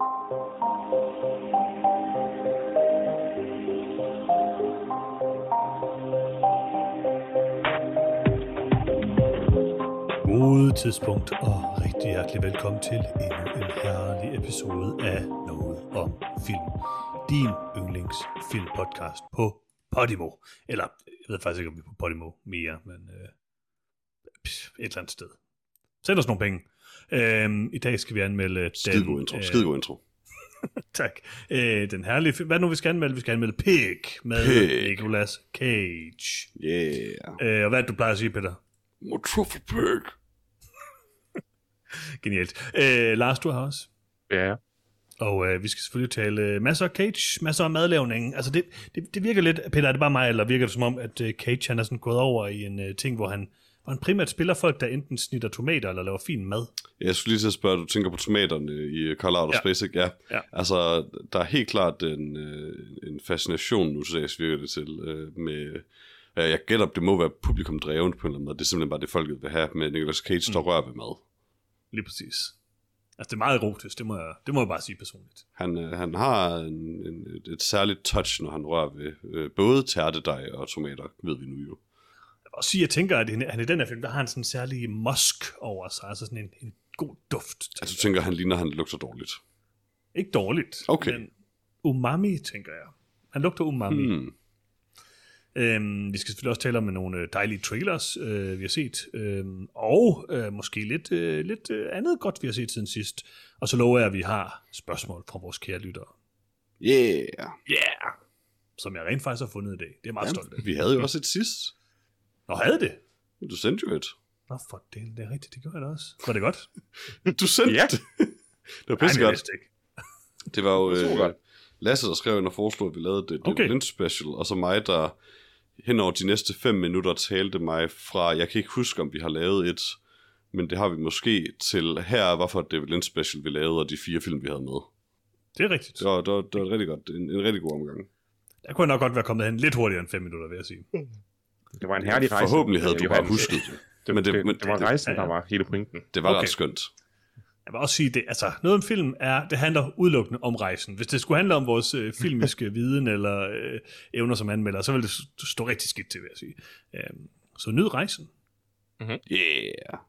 God tidspunkt, og rigtig hjertelig velkommen til endnu en herlig episode af Noget om Film. Din yndlingsfilmpodcast på Podimo. Eller, jeg ved faktisk ikke, om vi er på Podimo mere, men et eller andet sted. Send os nogle penge. I dag skal vi anmelde Skidegod intro. Tak. Den herlige film. Hvad er det nu, vi skal anmelde? Vi skal anmelde Pig med Nicolas Cage. Yeah. Og hvad er det, du plejer at sige, Peter? More truffle pig. Genialt. Lars, du har også. Ja. Og vi skal selvfølgelig tale masser af Cage, masser af madlavning. Altså det virker lidt, Peter, er det bare mig, eller virker det som om, at Cage han er sådan gået over i en ting, hvor han primært spiller folk, der enten snitter tomater eller laver fin mad? Jeg skulle lige til at spørge, du tænker på tomaterne i Call Out of Space, ikke? Ja. Altså, der er helt klart en fascination, nu så virker det til, med... Jeg gætter, det må være publikum drevet på en eller anden måde. Det er simpelthen bare det, folket vil have med Nicolas Cage, der rører ved mad. Lige præcis. Altså, det er meget erotisk, det må jeg bare sige personligt. Han har et særligt touch, når han rører ved både tærtedej og tomater, ved vi nu jo. Jeg vil også sige, jeg tænker, at han i den her film, der har han sådan en særlig musk over sig, altså sådan en god duft. Altså, du tænker, han ligner, han lugter dårligt? Ikke dårligt, okay. Men umami, tænker jeg. Han lugter umami. Vi skal selvfølgelig også tale om nogle dejlige trailers, vi har set, og måske lidt andet godt, vi har set siden sidst. Og så lover jeg, at vi har spørgsmål fra vores kære lyttere. Yeah! Som jeg rent faktisk har fundet i dag. Det er meget stolt af. Vi havde jo også et sidst. Nå, havde det? Du sendte jo et. Nå, for det er rigtigt, det gjorde jeg da også. Var det godt? Du sendte det. Det var pissegodt. Det var jo Lasse, der skrev ind og foreslog, at vi lavede det Lynch special, og så mig, der hen over de næste 5 minutter talte mig fra, jeg kan ikke huske, om vi har lavet et, men det har vi måske, til her, hvorfor det Lynch special, vi lavede, og de 4 film, vi havde med. Det er rigtigt. Det var rigtig godt. En rigtig god omgang. Der kunne jeg nok godt være kommet hen lidt hurtigere end 5 minutter, vil jeg sige. Det var en herlig rejse. Forhåbentlig havde du bare husket det. Men det var rejsen, der var hele pointen. Det var ret skønt. Jeg vil også sige, det, altså noget om film det handler udelukkende om rejsen. Hvis det skulle handle om vores filmiske viden eller evner som anmelder, så ville det stå rigtig skidt til, vil jeg sige. Så nyd rejsen. Mm-hmm. Yeah.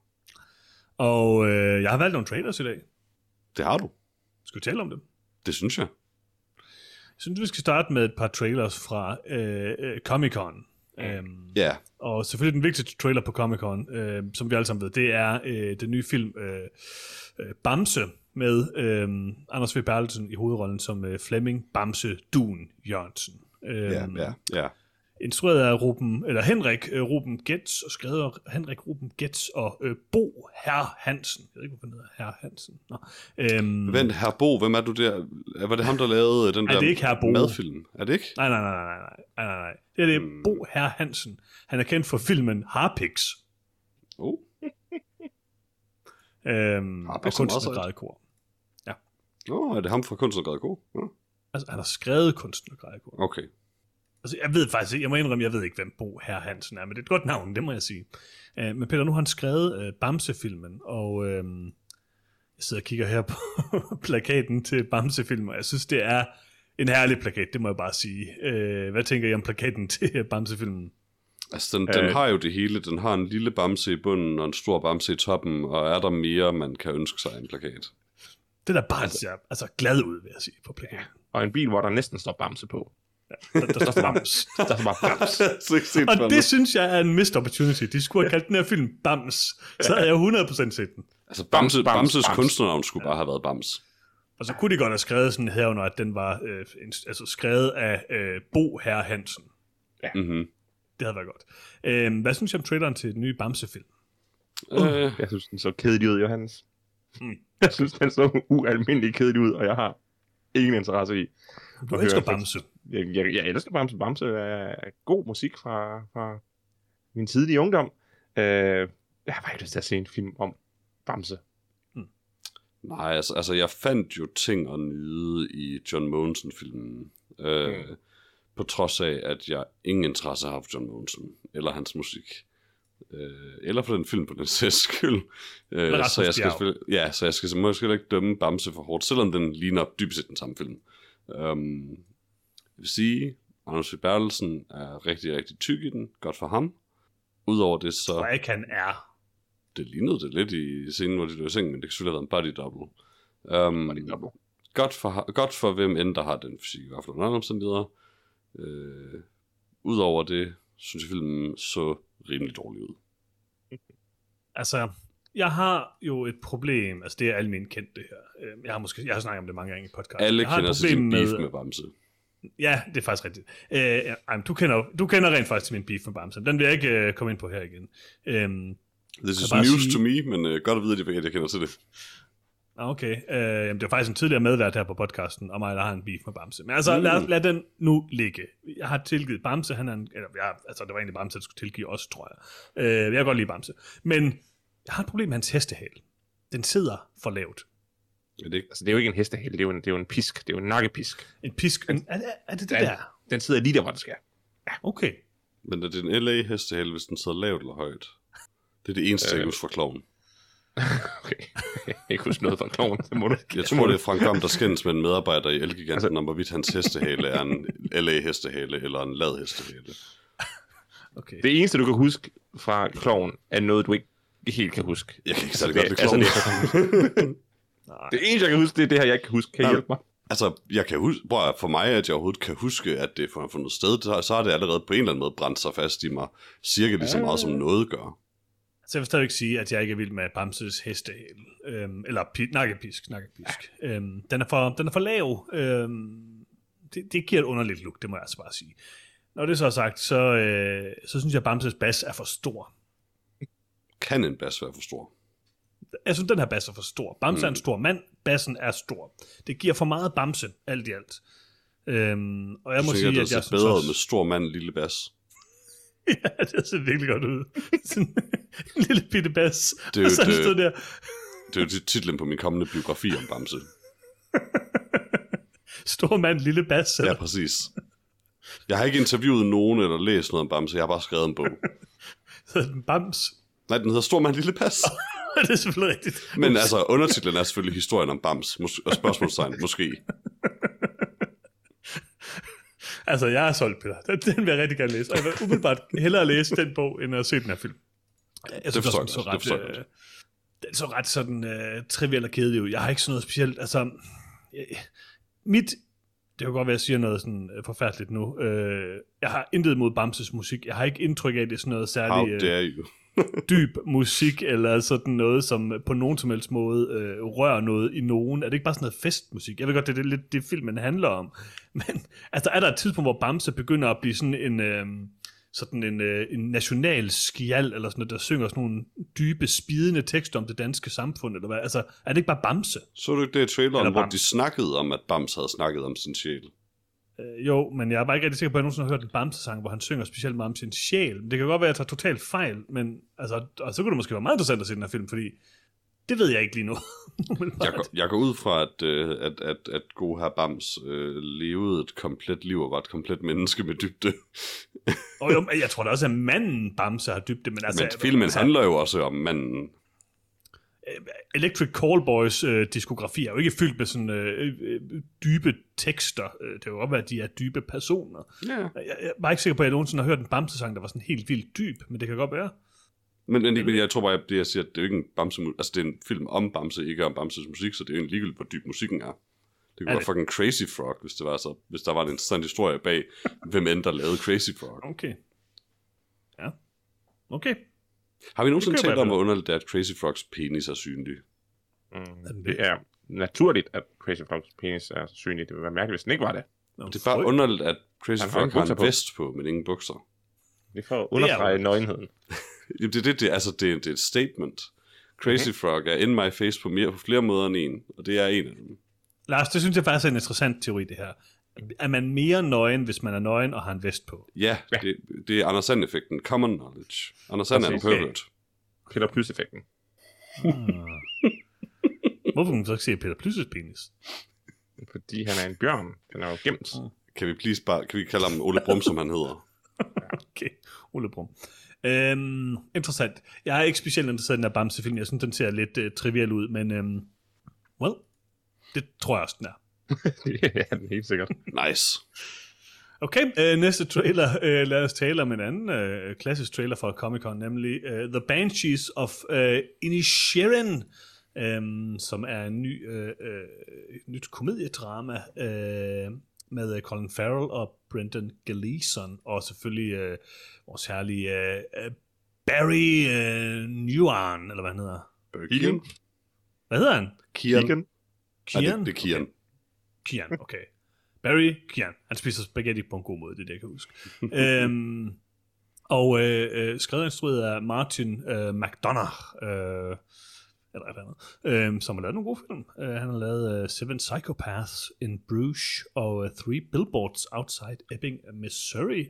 Og jeg har valgt nogle trailers i dag. Det har du. Skal vi tale om dem? Det synes jeg. Jeg synes, vi skal starte med et par trailers fra Comic-Con. Ja. Og selvfølgelig den vigtigste trailer på Comic-Con, som vi alle sammen ved, det er den nye film Bamse med Anders V. Bertelsen i hovedrollen som Flemming Bamse Dun Jørgensen. Ja. Instrueret af Henrik Ruben Getz, og skrevet af Henrik Ruben Getz og Bo Herr Hansen. Jeg ved ikke, hvorfor han hedder Herr Hansen. Vent, Herr Bo, hvem er du der? Var det ham, der lavede den der madfilm? Er det ikke? Nej. Det er Bo Herr Hansen. Han er kendt for filmen Harpix. Og Kunsten og Grædekor. Ja. Er det ham fra Kunsten og Grædekor? Ja. Altså, han har skrevet Kunsten og Grædekor. Okay. Altså, jeg ved faktisk ikke, jeg må indrømme, jeg ved ikke, hvem Bo Herr Hansen er, men det er et godt navn, det må jeg sige. Men Peter, nu har han skrevet Bamse-filmen, og jeg sidder og kigger her på plakaten til Bamse-filmen, og jeg synes, det er en herlig plakat, det må jeg bare sige. Hvad tænker I om plakaten til Bamse-filmen? Altså, den har jo det hele. Den har en lille bamse i bunden og en stor bamse i toppen, og er der mere, man kan ønske sig en plakat? Det der bare ser glad ud, vil jeg sige, på plakaten. Og en bil, hvor der næsten står Bamse på. Ja, der står Bams. Der står bare Bams. Og det synes jeg er en missed opportunity. De skulle have kaldt den her film Bams. Så havde jeg 100% set den. Altså Bamses kunstnernavn skulle bare have været Bams. Og så kunne de godt have skrevet sådan her, når at den var skrevet af Bo Herr Hansen. Ja. Mm-hmm. Det havde været godt. Hvad synes I om traileren til den nye Bamse-film? Jeg synes, den så kedelig ud, Johannes. Jeg synes, den så ualmindelig kedelig ud, og jeg har ingen interesse i. Du elsker Bamse. Jeg elsker Bamse. Bamse er god musik fra min tidlige ungdom. Jeg har bare ikke lyst til at se en film om Bamse. Nej, altså jeg fandt jo ting at nyde i John Mogensen-filmen. På trods af, at jeg ingen interesse har for John Mogensen eller hans musik. eller for den film på den sags skyld. Så jeg skal måske ikke dømme Bamse for hårdt, selvom den ligner dybest set den samme film. Jeg vil sige, Anders V. Bertelsen er rigtig, rigtig tyk i den. Godt for ham. Udover det så... Jeg tror ikke, han er. Det lignede det lidt i scenen, hvor de lå i sengen, men det kan selvfølgelig have været en body double. Godt for hvem end der har den fysik, i hvert fald under andre omstændigheder. Udover det, synes jeg filmen så rimelig dårlig ud. Altså, jeg har jo et problem, altså det er almindeligt kendt det her. Jeg har snakket om det mange gange i podcasten. Alle kender til sin beef med Bamse. Ja, det er faktisk rigtigt. Du kender rent faktisk til min beef med Bamse. Den vil jeg ikke komme ind på her igen. This is news to me, men godt at vide, at jeg kender til det. Okay, det er faktisk en tidligere medvært her på podcasten, og mig, der har en beef med Bamse. Men altså, lad den nu ligge. Jeg har tilgivet Bamse, det var egentlig Bamse, der skulle tilgive os, tror jeg. Jeg kan godt lide Bamse. Men jeg har et problem med hans hestehale. Den sidder for lavt. Det er jo ikke en hestehale, det er jo en pisk. Det er jo en nakkepisk. En pisk? Er det der? Den sidder lige der, hvor den skal. Ja. Okay. Men er det en LA-hestehale, hvis den sidder lavt eller højt? Det er det eneste, jeg husker fra Kloven. Okay. Jeg ikke huske noget fra Kloven. Jeg tror, det er Frank Vam, der skændes med en medarbejder i Elgiganten, om hvorvidt hans hestehale er en LA-hestehale eller en lad-hestehale. Okay. Det eneste, du kan huske fra Kloven, er noget, du ikke helt kan huske. Jeg kan ikke særlig godt lide Kloven. Det eneste, jeg kan huske, det er det her, jeg ikke kan huske. Kan I hjælpe mig? Altså, jeg kan huske, for mig, at jeg overhovedet kan huske, at det er fundet sted, så har det allerede på en eller anden måde brændt sig fast i mig, cirka lige så meget som noget gør. Så jeg vil stadig ikke sige, at jeg ikke er vild med Bamses hestehale. Eller nakkepisk. Den er for lav. Det giver et underligt look, det må jeg altså bare sige. Når det så er sagt, så synes jeg, at Bamses bas er for stor. Kan en bas være for stor? Jeg synes, den her bas er for stor. Bamse er en stor mand, bassen er stor. Det giver for meget Bamse, alt i alt. Og jeg må sige, at jeg synes bedre med stor mand, lille bas. Ja, det ser virkelig godt ud. Sådan en lille bitte bas. Det er jo titlen på min kommende biografi om Bamse. Stor mand, lille bas. Eller? Ja, præcis. Jeg har ikke interviewet nogen eller læst noget om Bamse. Jeg har bare skrevet en bog. Så den Bams? Nej, den hedder Stor mand, lille bas. Det er selvfølgelig rigtigt. Men altså, undertitlen er selvfølgelig historien om Bams. Og spørgsmålstegn, måske. Altså, jeg er solgt, Peter. Den vil jeg rigtig gerne læse. Og jeg vil umiddelbart hellere læse den bog, end at se den her film. Jeg synes også, den så ret sådan trivial og kedelig ud. Jeg har ikke sådan noget specielt. Altså, det kan godt være, at jeg siger noget sådan forfærdeligt nu. Jeg har intet mod Bamses musik. Jeg har ikke indtryk af, at det er sådan noget særligt dyb musik, eller sådan noget, som på nogen som helst måde rører noget i nogen. Er det ikke bare sådan noget festmusik? Jeg ved godt, det er lidt det filmen handler om. Men altså, er der et tidspunkt, hvor Bamse begynder at blive sådan en national skjald, eller sådan noget, der synger sådan nogle dybe, spidende tekster om det danske samfund, eller hvad? Altså, er det ikke bare Bamse? Så du ikke det i traileren, hvor de snakkede om, at Bamse havde snakket om sin sjæl? Jo, men jeg er bare ikke rigtig sikker på, at jeg nogensinde har hørt en Bamse-sang, hvor han synger specielt meget om sin sjæl. Det kan godt være, at jeg tager totalt fejl, men altså, og så kunne det måske være meget interessant at se den her film, fordi det ved jeg ikke lige nu. jeg går ud fra, at gode herr Bams levede et komplet liv og var et komplet menneske med dybde. Jo, jeg tror da også, at manden Bamse har dybde. Men filmen handler jo også om manden. Electric Callboys diskografi er jo ikke fyldt med sådan dybe tekster. Det kan jo godt være, at de er dybe personer. Ja. Jeg var ikke sikker på, at jeg nogensinde har hørt en Bamse-sang, der var sådan helt vildt dyb, men det kan godt være. Men jeg tror bare, at jeg siger, at det er jo ikke en Bamse, altså det er en film om Bamse, ikke om Bamses musik, så det er jo en ligegyldigt, hvor dyb musikken er. Det kunne være fucking Crazy Frog, hvis der var en interessant historie bag, hvem end der lavede Crazy Frog. Okay. Ja. Okay. Har vi nogensinde talt om, hvor underligt det er, at Crazy Frogs penis er synlig? Det er naturligt, at Crazy Frogs penis er synlig. Det ville være mærkeligt, hvis den ikke var det. Det er bare underligt, at Crazy Frog har en vest på, men ingen bukser. Det får understrege nøgenheden. Det er et statement. Crazy Frog er in my face på flere måder end en, og det er en af dem. Lars, det synes jeg faktisk er en interessant teori, det her. Er man mere nøgen, hvis man er nøgen og har en vest på? Ja. Det er Anders Sand-effekten. Common knowledge. Anders Sand er en pervert. Peter Plys-effekten. Hvorfor kan man så ikke se Peter Plys' penis? Fordi han er en bjørn. Den er jo gemt. Kan vi kalde ham Ole Brum, som han hedder? Okay, Ole Brum. Interessant. Jeg er ikke specielt interesseret i den her Bamse-film. Jeg synes, den ser lidt trivial ud, men well, det tror jeg også, den er. Ja, den er helt sikkert. Nice. Okay, næste trailer. Lad os tale om en anden klassisk trailer fra Comic-Con, nemlig The Banshees of Inisherin, som er en nyt komediedrama med Colin Farrell og Brendan Gleeson, og selvfølgelig vores herlige Barry Newan, eller hvad han hedder? Keegan. Hvad hedder han? Kian. Kian? Det er Kian. Okay. Kian, okay. Barry Kian. Han spiser spaghetti på en god måde, det er det, jeg kan huske. Og skrevet og instrueret af Martin McDonagh, eller et eller andet, som har lavet nogle gode film. Han har lavet Seven Psychopaths in Bruges og Three Billboards Outside Ebbing, Missouri.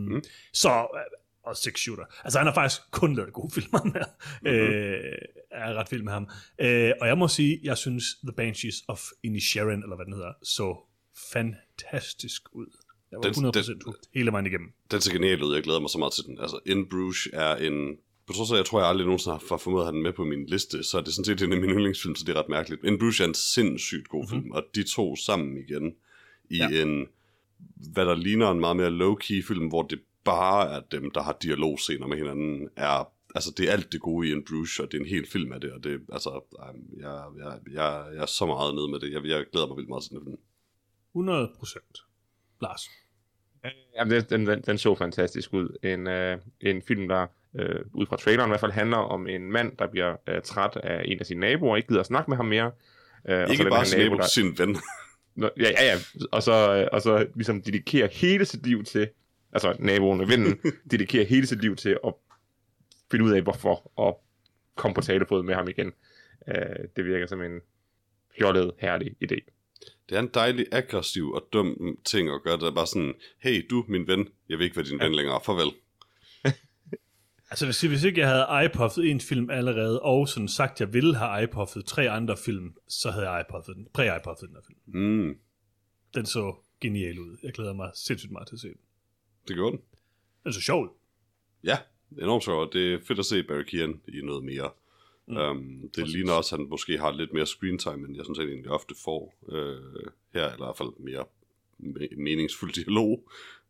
Og Six Shooter. Altså han har faktisk kun lavet gode filmer her. Er ret vild med ham. Og jeg må sige, jeg synes The Banshees of Inisherin, eller hvad den hedder, så fantastisk ud. Jeg var 100% hele vejen igennem. Den ser genial ud, jeg glæder mig så meget til den. Altså In Bruges er en... På trods af, jeg tror, jeg aldrig nogensinde har formået at have den med på min liste, så er det sådan set en af mine yndlingsfilm, så det er ret mærkeligt. In Bruges er en sindssygt god film, og de to sammen igen i en, hvad der ligner en meget mere low-key film, hvor det bare er dem, der har dialogscener med hinanden, altså det er alt det gode i In Bruges, og det er en hel film af det, og det, altså, jeg er så meget nede med det. Jeg glæder mig vildt meget til den film. 100%. Lars? Jamen, den så fantastisk ud. En film, der ud fra traileren i hvert fald handler om en mand, der bliver træt af en af sine naboer, og ikke gider at snakke med ham mere. Ikke bare sin nabo, sin ven. Ja. Og så ligesom dedikerer hele sit liv til, altså naboen og vennen, dedikerer hele sit liv til at finde ud af, hvorfor, og komme på talefod med ham igen. Det virker som en fjollet, herlig idé. Det er en dejlig, aggressiv og dum ting at gøre. Det er bare sådan, hey, du, min ven, jeg vil ikke være din ven længere, farvel. Altså hvis ikke jeg havde iPuffet en film allerede, og sådan sagt, jeg ville have iPuffet 3 andre film, så havde jeg iPuffet den her film. Den så genial ud. Jeg glæder mig sindssygt meget til at se den. Det gjorde den. Den så sjov ud. Ja, enormt sjovt. Det er fedt at se Barry Keoghan i noget mere. Det ligner også, at han måske har lidt mere screen time, end jeg sådan set egentlig ofte får her, eller i hvert fald mere meningsfuld dialog.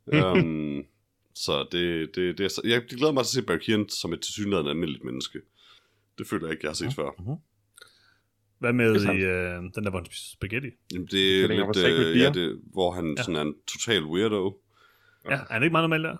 Så jeg glæder mig til at se Barry Keoghan som et tilsyneladende almindeligt menneske. Det føler jeg ikke, jeg har set før. Hvad med den der, hvor han spiser spaghetti? Jamen, det er lidt, hvor han sådan er en total weirdo. Ja, er det ikke meget normalt der?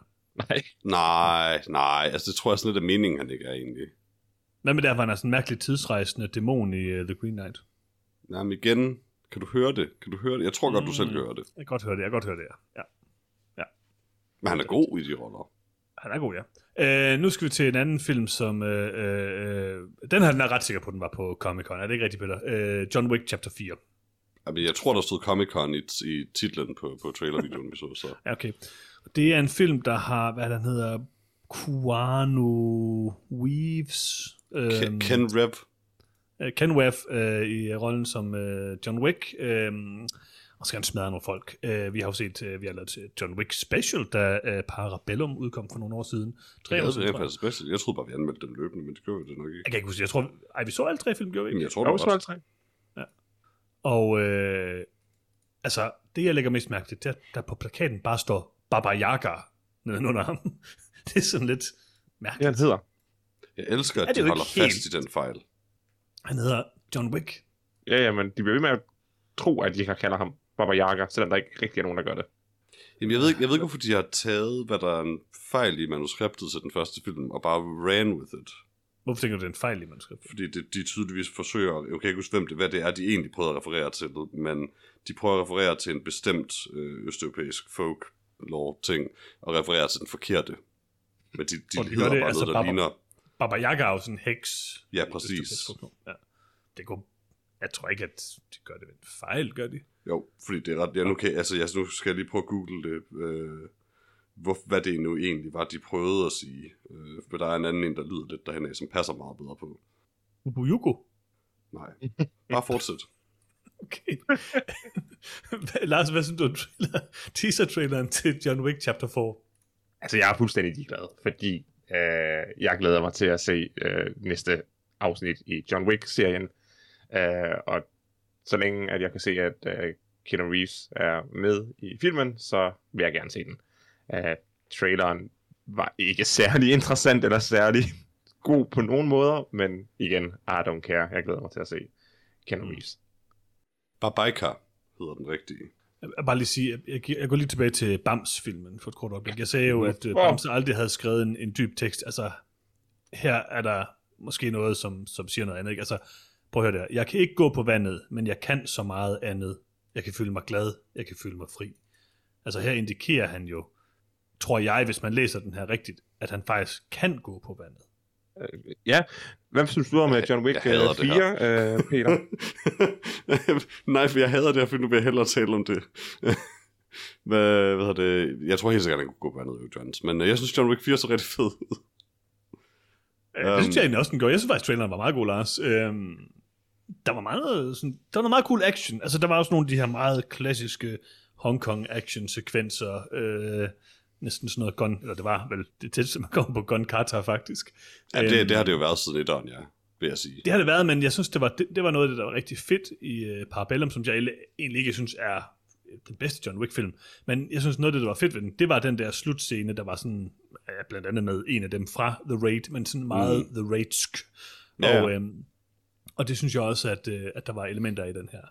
Nej, altså det tror jeg sådan lidt af meningen, han ikke er egentlig. Hvad med der, hvor han er sådan en mærkelig tidsrejsende dæmon i The Green Knight? Jamen igen, kan du høre det? Jeg tror godt, du selv hører det. Jeg kan godt høre det, ja. Men han er god i de roller. Han er god, ja. Nu skal vi til en anden film, som... den her, den er ret sikker på, den var på Comic-Con. Er det ikke rigtigt, Peter? John Wick Chapter 4. Jamen, jeg tror, der stod Comic-Con i titlen på trailervideoen, vi så. Ja, okay. Det er en film, der har, hvad den hedder, Keanu Reeves. Ken Rev i rollen som John Wick. Og skal han smadre nogle folk. Vi har jo set, vi har lavet John Wick Special, da Parabellum udkom for nogle år siden. 3 år siden, jeg troede bare, vi anmeldte dem løbende, men det gjorde vi det nok ikke. Jeg kan ikke huske, jeg tror, vi så alle 3 film, gjorde vi ikke? Jamen, jeg tror, vi så alle 3. Ja. Og altså, det jeg lægger mest mærke til, det er, der på plakaten bare står Baba Yaga nedenunder ham. Det er sådan lidt mærkeligt. Ja, han hedder. Jeg elsker, at de holder fast i den fejl. Han hedder John Wick. Ja, men de bliver ved med at tro, at de kan kalde ham Baba Yaga, selvom der ikke rigtig er nogen, der gør det. Jamen, jeg ved ikke, hvorfor de har taget, hvad der er en fejl i manuskriptet til den første film, og bare ran with it. Hvorfor tænker du, det er en fejl i manuskriptet? Fordi de tydeligvis forsøger, jeg kan ikke huske, hvad det er, de egentlig prøver at referere til, men de prøver at referere til en bestemt østeuropæisk folklore-ting, og referere til den forkerte. Men de hedder bare altså noget, der ligner... Baba Yaga er jo sådan en heks. Ja, præcis. Ja. Jeg tror ikke, at de gør det ved en fejl, gør de? Jo, fordi det er ret... nu skal jeg lige prøve at google det. Hvad det nu egentlig var, de prøvede at sige. For der er en anden, der lyder lidt derhen af, som passer meget bedre på. Ubuyuko? Nej, bare fortsæt. Okay. Lars, hvad synes du teaser-traileren til John Wick Chapter 4? Altså, jeg er fuldstændig ligeglad, fordi Jeg glæder mig til at se næste afsnit i John Wick-serien. Og så længe at jeg kan se, at Keanu Reeves er med i filmen, så vil jeg gerne se den. Traileren var ikke særlig interessant eller særlig god på nogen måder, men igen, I don't care. Jeg glæder mig til at se Keanu Reeves. Babaika hedder den rigtige. Jeg bare lige sige, jeg går lige tilbage til Bams-filmen for et kort øjeblik. Jeg sagde jo, at Bams aldrig havde skrevet en dyb tekst. Altså, her er der måske noget, som siger noget andet. Ikke? Altså, prøv at høre der. Jeg kan ikke gå på vandet, men jeg kan så meget andet. Jeg kan føle mig glad. Jeg kan føle mig fri. Altså, her indikerer han jo, tror jeg, hvis man læser den her rigtigt, at han faktisk kan gå på vandet. Ja. Hvad synes du om John Wick 4, Peter? Nej, for jeg hader det her, for nu vil jeg hellere tale om det. Hvad hedder det? Jeg tror helt sikkert, at han kunne gå på vandet, Johns. Men jeg synes, John Wick 4 er så rigtig fed. Det synes jeg egentlig også, den går. Jeg synes faktisk, traileren var meget god, Lars. Der var noget meget cool action. Altså, der var også nogle af de her meget klassiske Hong Kong action-sekvenser. Næsten sådan noget gun, eller det var vel det tætteste, man kom på gun kata faktisk. Ja, det har det jo været siden etteren, ja, vil jeg sige. Det har det været, men jeg synes, det var noget af det, der var rigtig fedt i Parabellum, som jeg egentlig ikke synes er den bedste John Wick-film. Men jeg synes, noget af det, der var fedt ved den, det var den der slutscene, der var sådan, blandt andet med en af dem fra The Raid, men sådan meget The Raid-sk. Ja. Og det synes jeg også, at der var elementer i den her.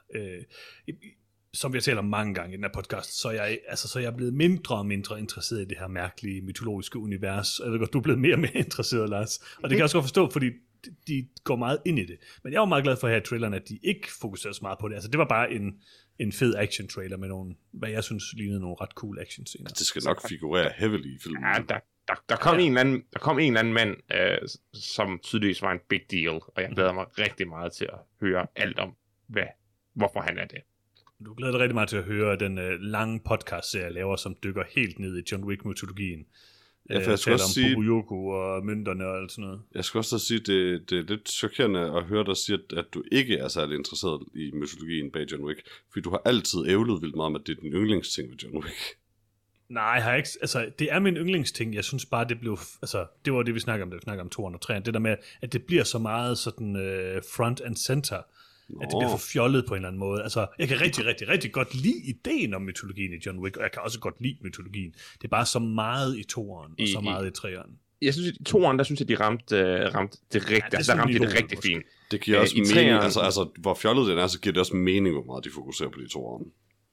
Som vi har talt om mange gange i den her podcast, så er jeg blevet mindre og mindre interesseret i det her mærkelige mytologiske univers. Jeg ved godt, du er blevet mere og mere interesseret, Lars. Og det kan jeg også godt forstå, fordi de går meget ind i det. Men jeg var meget glad for her i traileren, at de ikke fokuserede så meget på det. Altså, det var bare en fed action-trailer med nogle, hvad jeg synes, lignede nogle ret cool action-scener. Det skal nok figurere heavily i filmen. Ja, der kom en eller anden mand, som tydeligvis var en big deal, og jeg glæder mig rigtig meget til at høre alt om, hvorfor han er det. Du glæder dig rigtig meget til at høre den lange podcast-serie, jeg laver, som dykker helt ned i John Wick-mytologien. Ja, for jeg skal også sige... Buyoko og mønterne og alt sådan noget. Jeg skal også sige, det er lidt chokerende at høre dig sige, at du ikke er særlig interesseret i mytologien bag John Wick. Fordi du har altid ævlet vildt meget om, at det er din yndlingsting ved John Wick. Nej, har jeg ikke. Altså, det er min yndlingsting. Jeg synes bare, det blev... Altså, det var det, vi snakker om, da vi snakker om 2 og 3. Det der med, at det bliver så meget sådan front and center, at det bliver for fjollet på en eller anden måde. Altså, jeg kan rigtig, rigtig, rigtig godt lide ideen om mytologien i John Wick, og jeg kan også godt lide mytologien. Det er bare så meget i 2'eren, og så meget i 3'eren. Jeg synes, i 2'eren, der synes jeg, de ramte det rigtigt. Ja, der ramte de det rigtig fint. Det giver også mening, altså, hvor fjollet den er, så giver det også mening, hvor meget de fokuserer på de 2'eren.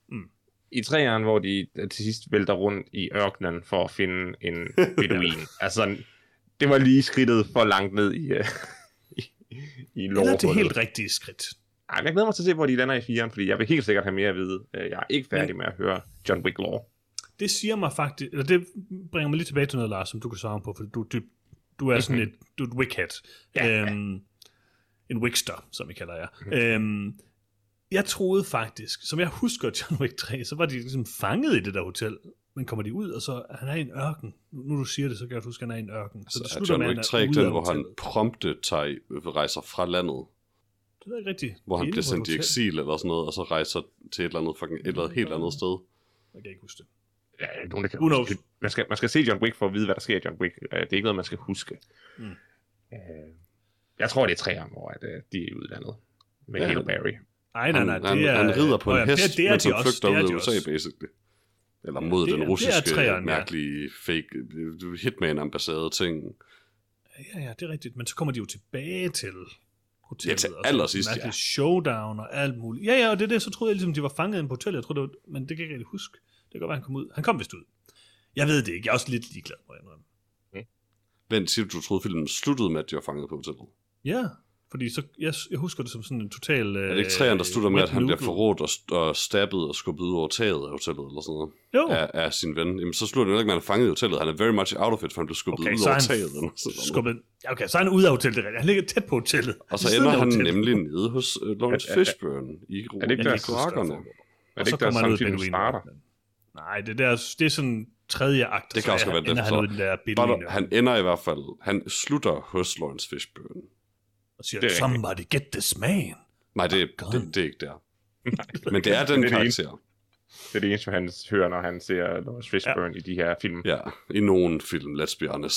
I 3'eren, hvor de til sidst vælter rundt i ørkenen for at finde en beduin. Altså, det var lige skridtet for langt ned i lovhullet. Det er det helt rigtige skridt. Ej, jeg glæder mig til at se, hvor de lander i 4'eren, fordi jeg vil helt sikkert have mere at vide. Jeg er ikke færdig med at høre John Wick lore. Det siger mig faktisk, eller det bringer mig lige tilbage til noget, Lars, som du kan svare på, for du er sådan et Wickhead. En Wickster, som vi kalder jer. Jeg troede faktisk, som jeg husker John Wick 3, så var de ligesom fanget i det der hotel. Men kommer de ud, og så han er i en ørken. Nu du siger det, så kan jeg huske, at han er i en ørken. Så det slutter John Wick 3 ikke den, hvor han prompte rejser fra landet? Det er ikke rigtigt. Hvor han bliver sendt i eksil eller sådan noget, og så rejser til et eller andet helt andet sted. Jeg kan ikke huske det. Ja, nogen, der kan huske. Man skal se John Wick for at vide, hvad der sker i John Wick. Det er ikke noget, man skal huske. Jeg tror, det er 3'eren, hvor de er udlandet. Med Halle Berry. Nej, han rider på en hest, mens han flygter ud af USA, basically. Eller mod den russiske, mærkelige, fake Hitman-ambassade ting. Ja, det er rigtigt. Men så kommer de jo tilbage til hotellet. Ja, til allersidst, ja. Showdown og alt muligt. Ja, og det er det, så troede jeg ligesom, de var fanget på hotellet. Jeg troede, det var, men det kan jeg ikke rigtig huske. Det kan godt være, han kom ud. Han kom vist ud. Jeg ved det ikke. Jeg er også lidt ligeglad på det. Vent, siger du troede, filmen sluttede med, at de var fanget på hotellet? Ja. Fordi så, jeg husker det som sådan en total... Er det ikke 3'eren, der slutter med, at han bliver forrådt og stabbet og skubbet ud over taget af hotellet, eller sådan noget? Jo. Af sin ven. Jamen, så slutter det jo ikke med, at han er fanget i hotellet. Han er very much out of it, for han bliver skubbet ud over taget. Okay, så er han ude af hotellet. Han ligger tæt på hotellet. Og så ender han nemlig nede hos Lawrence Fishburne i kloakkerne. Er det ikke der samme film starter? Nej, det er sådan tredje akt. Det kan også være det. Han ender i hvert fald... Han slutter hos Lawrence Fishburne. Og siger, somebody get this man. Nej, det er ikke der. Men det er den karakter. Det er det eneste, han hører, når han ser Lawrence Fishburne i de her film. Ja, i nogen film, let's be honest.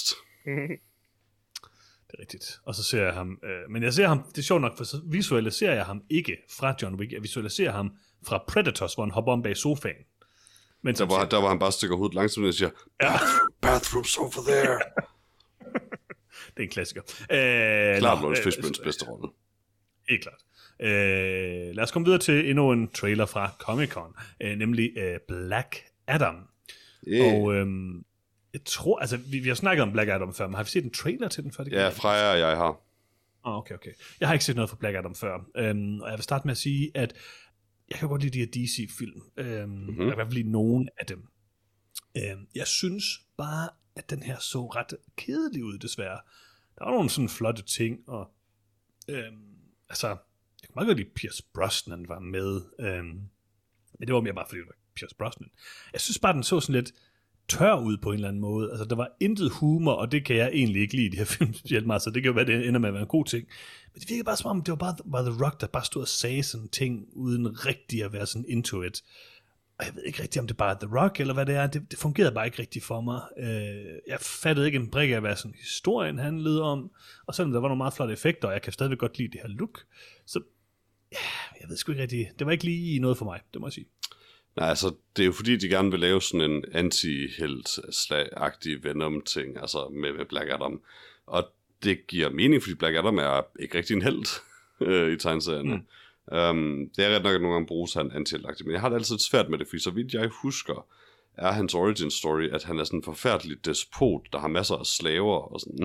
Det er rigtigt. Og så ser jeg ham, men jeg ser ham, det er sjovt nok, for så visualiserer jeg ham ikke fra John Wick, jeg visualiserer ham fra Predators, hvor han hopper om bag sofaen. Men der var han bare stikker hovedet langsomt og siger, bathrooms over there. Det er en klassiker. Klart Lawrence Fishburnes bedste rolle. Helt klart. Lad os komme videre til endnu en trailer fra Comic-Con, nemlig Black Adam. Yeah. Og jeg tror, altså vi har snakket om Black Adam før, men har vi set en trailer til den før? Ja, Freja og jeg har. Okay. Jeg har ikke set noget fra Black Adam før, og jeg vil starte med at sige, at jeg kan godt lide de her DC-film. Jeg kan i hvert fald lide nogen af dem. Jeg synes bare, at den her så ret kedelig ud, desværre. Der var nogle sådan flotte ting, og altså, jeg kunne meget godt lide Pierce Brosnan var med, men det var mere bare fordi det var Pierce Brosnan. Jeg synes bare, den så sådan lidt tør ud på en eller anden måde. Altså, der var intet humor, og det kan jeg egentlig ikke lide i de her film specielt meget, så det kan jo være, det ender med at være en god ting. Men det virker bare som om, det var bare The Rock, der bare stod og sagde sådan ting, uden rigtig at være sådan into it. Og jeg ved ikke rigtig, om det bare er The Rock, eller hvad det er. Det fungerede bare ikke rigtig for mig. Jeg fattede ikke en brik af, hvad sådan historien handlede om. Og selvom der var nogle meget flotte effekter, og jeg kan stadigvæk godt lide det her look, så ja, jeg ved sgu ikke rigtig. Det var ikke lige noget for mig, det må jeg sige. Nej, altså, det er jo fordi, de gerne vil lave sådan en anti-helt-agtig Venom-ting, altså med Black Adam. Og det giver mening, fordi Black Adam er ikke rigtig en helt i tegneserierne. Det er ret nok, at nogle gange bruges han anti-helt-agtigt, men jeg har det altid svært med det, fordi så vidt jeg husker, er hans origin story, at han er sådan en forfærdelig despot, der har masser af slaver og sådan.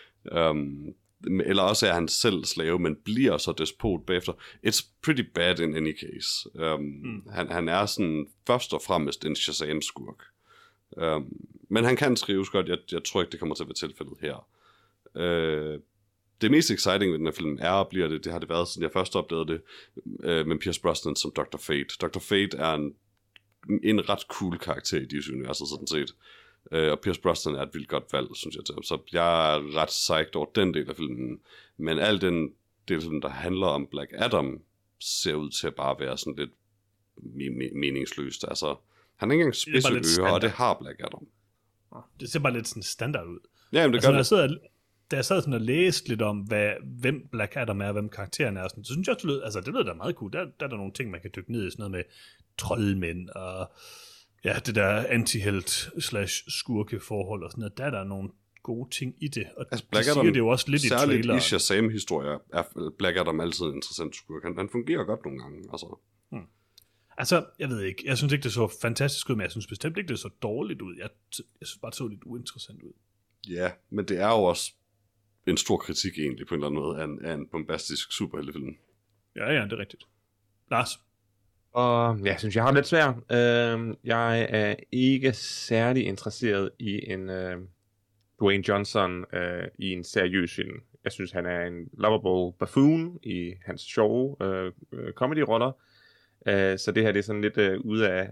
Eller også er han selv slave, men bliver så despot bagefter. It's pretty bad in any case. Han er sådan først og fremmest en Shazam-skurk. Men han kan skrives godt. Jeg tror ikke, det kommer til at være tilfældet her. Det mest exciting ved den her film er og bliver det har det været, siden jeg først opdagede det, med Pierce Brosnan som Dr. Fate. Dr. Fate er en ret cool karakter i DC-universet, sådan set. Og Pierce Brosnan er et vildt godt valg, synes jeg til. Så jeg er ret psyched over den del af filmen. Men al den del af filmen, der handler om Black Adam, ser ud til at bare være sådan lidt meningsløst. Altså, han har ikke engang spidse ører, og det har Black Adam. Det ser bare lidt sådan standard ud. Ja, men det gør det. Da jeg sad sådan og læste lidt om, hvem Black Adam er, hvem karakteren er, sådan, så synes jeg også, det lyder da meget cool. Der er der nogle ting, man kan dykke ned i, sådan noget med troldmænd og ja, det der anti-helt/skurke-forhold og sådan noget. Der er der nogle gode ting i det. Og altså, Black Adam, det jo også lidt i traileren. særligt i Shazam-historier er Black Adam altid en interessant skurk. Han fungerer godt nogle gange, altså. Altså, jeg ved ikke. Jeg synes ikke, det så fantastisk ud, men jeg synes bestemt ikke, det så dårligt ud. Jeg synes bare, det så lidt uinteressant ud. Ja, men det er jo også en stor kritik egentlig på en eller anden måde af en bombastisk superheltefilm. Ja, det er rigtigt. Lars? Og jeg synes, jeg har det lidt svært. Jeg er ikke særlig interesseret i en Dwayne Johnson i en seriøs film. Jeg synes, han er en lovable buffoon i hans sjove comedy-roller. Så det her det er sådan lidt ude af...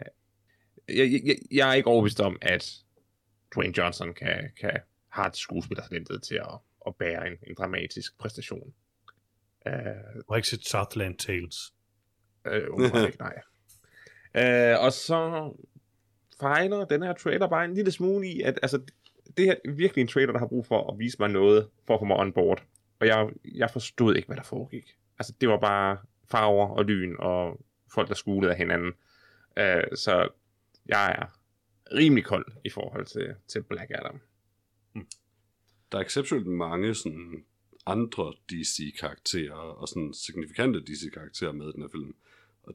Jeg er ikke overbevist om, at Dwayne Johnson har et skuespillertalentet til at bære en dramatisk præstation. Du har ikke set Southland Tales? Ikke, nej. Og så fejler den her trailer bare en lille smule i, at altså, det her er virkelig en trailer, der har brug for at vise mig noget, for at få mig on board. Og jeg forstod ikke, hvad der foregik. Altså, det var bare farver og lyn, og folk, der skulede af hinanden. Så jeg er rimelig kold i forhold til Black Adam. Der er exceptionelt mange sådan andre DC-karakterer, og sådan signifikante DC-karakterer med i den her film. Og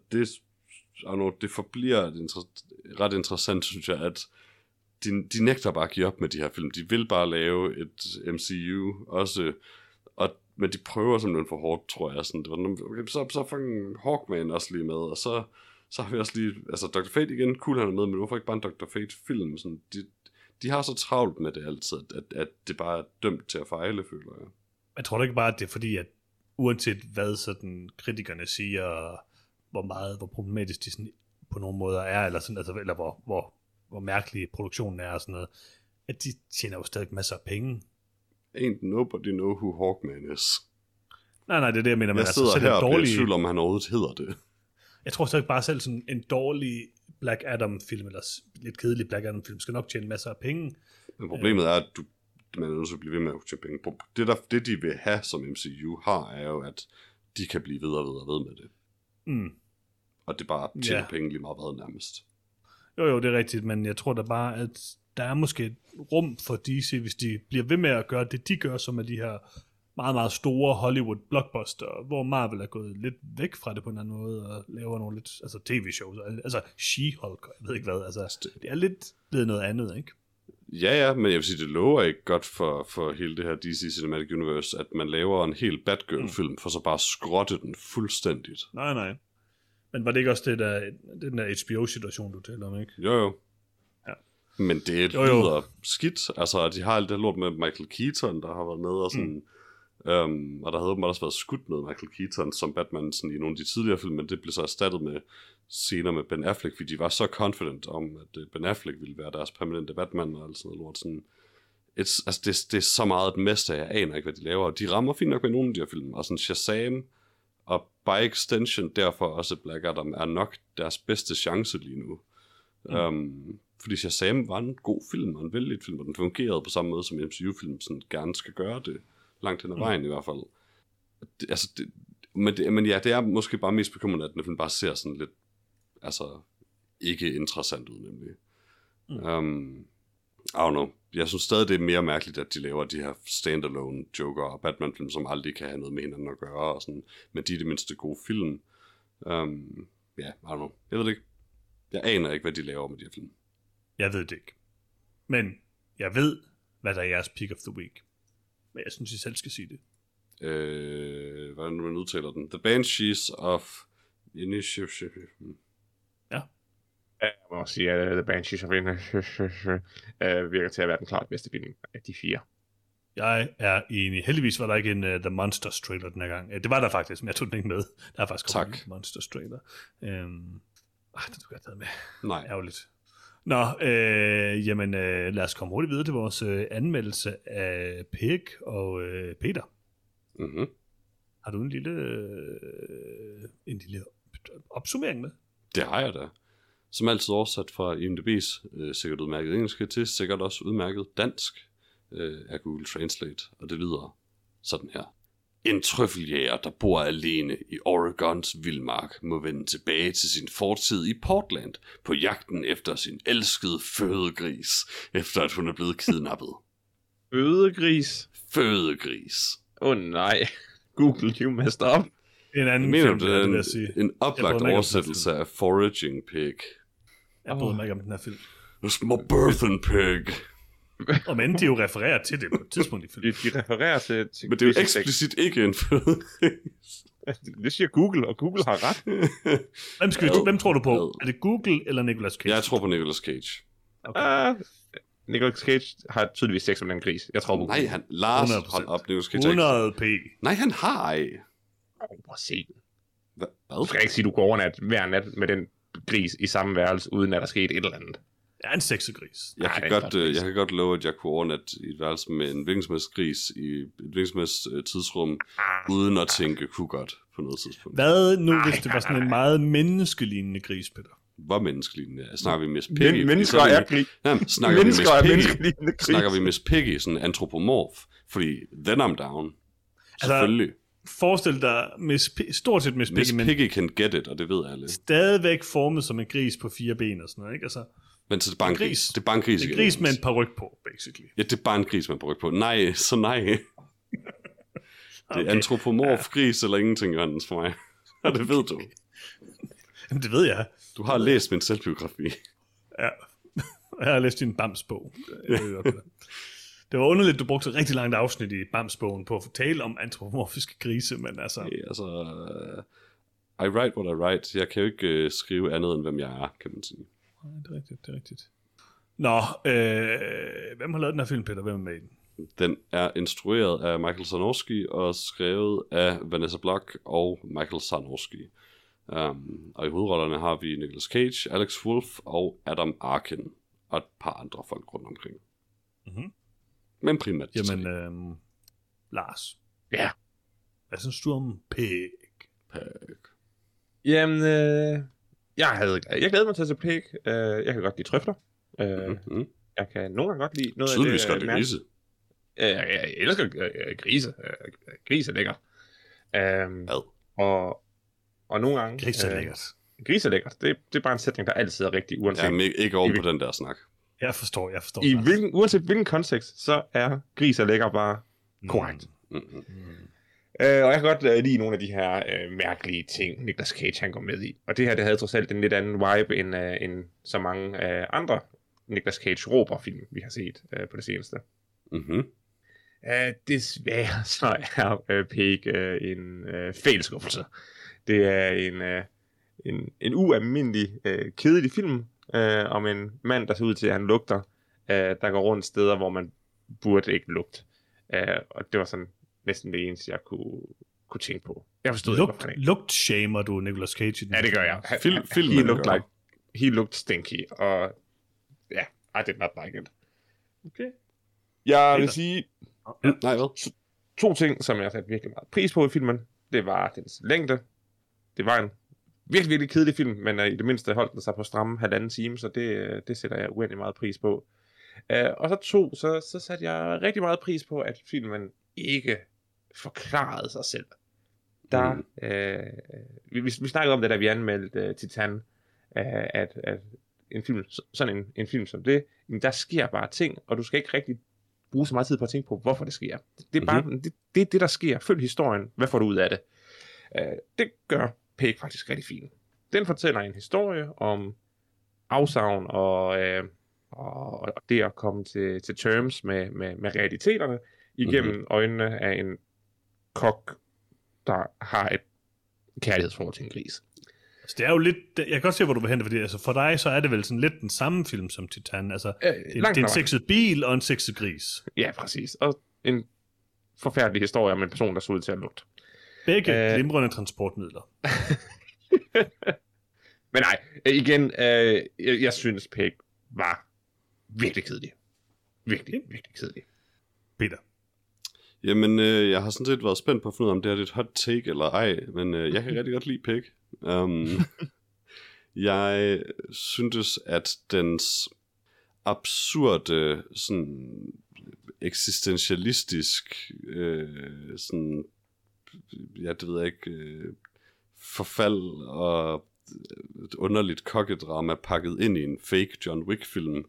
det forbliver ret interessant, synes jeg, at de nægter bare at give op med de her film. De vil bare lave et MCU også, men de prøver simpelthen for hårdt, tror jeg. Sådan, okay, så fucking Hawkman også lige med, og så har vi også lige, altså Dr. Fate igen, cool han er med, men hvorfor ikke bare en Dr. Fate-film? Sådan, de har så travlt med det altid, at det bare er dømt til at fejle, føler jeg. Jeg tror da ikke bare, at det er fordi, at uanset hvad sådan kritikerne siger, hvor problematisk de sådan på nogle måder er, eller sådan, altså, eller hvor mærkelig produktionen er og sådan noget, at de tjener jo stadig masser af penge. Ain't nobody know who Hawkman is. Nej, det er det, jeg mener. Jeg sidder her og bliver i tvivl om, han overhovedet hedder det. Jeg tror stadig bare selv sådan en dårlig Black Adam-film, eller lidt kedelig Black Adam-film, skal nok tjene masser af penge. Men problemet er, at man er nødt til at blive ved med at tjene penge på. Det, de vil have, som MCU har, er jo, at de kan blive ved og ved med det. Og det bare tjener penge lige meget hvad nærmest. Jo, det er rigtigt, men jeg tror da bare, at der er måske et rum for DC, hvis de bliver ved med at gøre det, de gør, som er de her meget, meget store Hollywood-blockbuster, hvor Marvel er gået lidt væk fra det på en anden måde, og laver nogle lidt, altså tv-shows, altså She-Hulk, jeg ved ikke hvad, altså det er lidt blevet noget andet, ikke? Ja, men jeg vil sige, det lover ikke godt for hele det her DC Cinematic Universe, at man laver en helt Batgirl-film, for så bare skrotte den fuldstændigt. Nej. Men var det ikke også den der HBO-situation, du taler om, ikke? Jo. Ja. Men det lyder skidt. Altså, de har alt det lort med Michael Keaton, der har været med, og sådan... og der havde også været skudt med Michael Keaton som Batman sådan, i nogle af de tidligere film, men det blev så erstattet med scener med Ben Affleck, fordi de var så confident om, at Ben Affleck ville være deres permanente Batman og alt sådan noget lort. Sådan. Altså, det er så meget et mester, jeg aner ikke, hvad de laver. De rammer fint nok med nogle af de her film, og sådan Shazam, og by extension derfor også Black Adam, er nok deres bedste chance lige nu. Fordi Shazam var en god film, og en vældig film, og den fungerede på samme måde, som MCU-film sådan gerne skal gøre det. Langt hen ad vejen i hvert fald. Men ja, det er måske bare mest bekymrende, at den film bare ser sådan lidt, altså, ikke interessant ud, nemlig. I don't know. Jeg synes stadig, det er mere mærkeligt, at de laver de her standalone Joker og Batman-film, som aldrig kan have noget med hinanden at gøre, og sådan, men de er det mindste gode film. Ja, I don't know. Jeg ved det ikke. Jeg aner ikke, hvad de laver med de her film. Jeg ved det ikke. Men jeg ved, hvad der er jeres pick of the week. Men jeg synes, I selv skal sige det. Hvordan man udtaler den? The Banshees of Inisherin. Ja. Jeg må også sige, at The Banshees of Inisherin virker til at være den klart bedste film af de 4. Jeg er enig. Heldigvis var der ikke en The Monsters trailer den her gang. Det var der faktisk, men jeg tog den ikke med. Der er faktisk kommet en Monsters trailer. Det skulle jeg have taget med. Nej. Ærgerligt. Nå, jamen lad os komme hurtigt videre til vores anmeldelse af Pig og Peter. Har du en lille opsummering med? Det har jeg da. Som altid oversat fra IMDb's sikkert udmærket engelsk til sikkert også udmærket dansk af Google Translate, og det lyder sådan her. En trøffeljæger, der bor alene i Oregons vildmark, må vende tilbage til sin fortid i Portland på jagten efter sin elskede fødegris, efter at hun er blevet kidnappet. Fødegris? Fødegris. Nej. Google, you messed up. En anden film, det vil jeg sige. En oplagt oversættelse af Foraging Pig. Jeg bryder mig ikke om den her film. It's my birthing pig. Og men de jo refererer til det på et tidspunkt i filmen. De refererer til men det er jo eksplicit ikke en fødegris. Det siger Google, og Google har ret. Hvem tror du på? Er det Google eller Nicolas Cage? Jeg tror på Nicolas Cage. Okay. Nicolas Cage har tydeligvis sex med den gris. Jeg tror på Google. Nej, Lars, hold op, Nicolas Cage. 100 p. Nej, han har ej. Prøv at se den. Hvad? Du skal ikke sige, du går over hver nat med den gris i samme værelse, uden at der skete et eller andet. Det er en sexegris. Jeg kan godt love, at jeg kunne overnatte i et værelse med en hvilkensomhedsgris i et hvilkensomhedstidsrum, uden at tænke, kunne godt på noget tidspunkt. Hvad nu, hvis det var sådan en meget menneskelignende gris, Peter? Hvor menneskelignende? Snakker vi Miss Piggy? Mennesker er gris. Snakker vi Miss Piggy, sådan antropomorf? Fordi then I'm down. Selvfølgelig. Forestil dig stort set Miss Piggy. Miss Piggy can get it, og det ved alle. Stadigvæk formet som en gris på 4 ben og sådan noget, ikke? Altså, men så det er bare en gris. Det er bare en gris. En gris med en paryk på, basically. Ja, det er bare en gris med en paryk på. Nej, så nej. Det er antropomorf gris eller ingenting, Johannes, for mig. Og det ved du. Jamen, det ved jeg. Du har læst min selvbiografi. Ja, jeg har læst din Bams-bog. Det var underligt, du brugte rigtig langt afsnit i Bams-bogen på at tale om antropomorfiske grise, men altså... Ja, altså... I write what I write. Jeg kan jo ikke skrive andet, end hvem jeg er, kan man sige. Nej, det er rigtigt. Nå, hvem har lavet den her film, Peter? Hvem er med i den? Den er instrueret af Michael Sarnowski og skrevet af Vanessa Block og Michael Sarnowski. Og i hovedrollerne har vi Nicolas Cage, Alex Wolff og Adam Arkin og et par andre folk rundt omkring. Men primært. Jamen, Lars. Ja. Hvad synes du om Pig? Jamen, jeg glæder mig til at se Pig. Jeg kan godt lide trøfler. Jeg kan nogle gange godt lide noget tydeligvis af det. Tydeligvis godt lide grise. Jeg elsker grise. Grise er lækkert. Og nogle gange... Grise er lækkert. Grise er lækkert. Det er bare en sætning, der altid er rigtig, uanset... Jamen, ikke oven på den der snak. Jeg forstår. Uanset hvilken kontekst, så er gris er lækker bare korrekt. Og jeg kan godt lide nogle af de her mærkelige ting, Nicolas Cage han går med i. Og det her, det havde trods alt en lidt anden vibe, end så mange andre Nicolas Cage-råber-film, vi har set på det seneste. Desværre så er Pig en fejlskuffelse. Det er en ualmindelig kedelig film om en mand, der ser ud til, at han lugter, der går rundt steder, hvor man burde ikke lugte. Og det var sådan næsten det eneste, jeg kunne tænke på. Jeg forstod ikke, hvorfor ikke. Lugt-shamer du Nicolas Cage? Ja, det gør jeg. He looked stinky, og ja, I did not like it. Okay. Jeg vil sige... Nej, hvad? 2 ting, som jeg satte virkelig meget pris på i filmen. Det var dens længde. Det var en virkelig, virkelig kedelig film, men i det mindste holdt den sig på stramme 1,5 time, så det sætter jeg uendelig meget pris på. Og så 2, så satte jeg rigtig meget pris på, at filmen ikke forklarede sig selv. Vi snakkede om det, da vi anmeldte Titan, at en film, sådan en film som det, der sker bare ting, og du skal ikke rigtig bruge så meget tid på at tænke på, hvorfor det sker. Det er bare det er det, der sker. Følg historien. Hvad får du ud af det? Det gør Pig faktisk rigtig fint. Den fortæller en historie om afsavn og det at komme til terms med realiteterne igennem øjnene af en kok, der har et kærlighedsforhold til en gris. Altså, det er jo lidt... Jeg kan godt se, hvor du vil hen, fordi altså, for dig så er det vel sådan lidt den samme film som Titan. Altså, det er en sexet bil og en sexet gris. Ja, præcis. Og en forfærdelig historie om en person, der så ud til at lugte. Begge glimrende transportmidler. Men nej, igen, jeg synes Pig var virkelig kedelig. Virkelig kedelig. Peter? Jamen, jeg har sådan set været spændt på at finde ud af, om det er et hot take eller ej, men jeg kan rigtig godt lide Pig. Jeg syntes, at dens absurde, sådan eksistentialistisk, sådan, ja, det ved jeg ikke, forfald og et underligt kokkedrama pakket ind i en fake John Wick-film,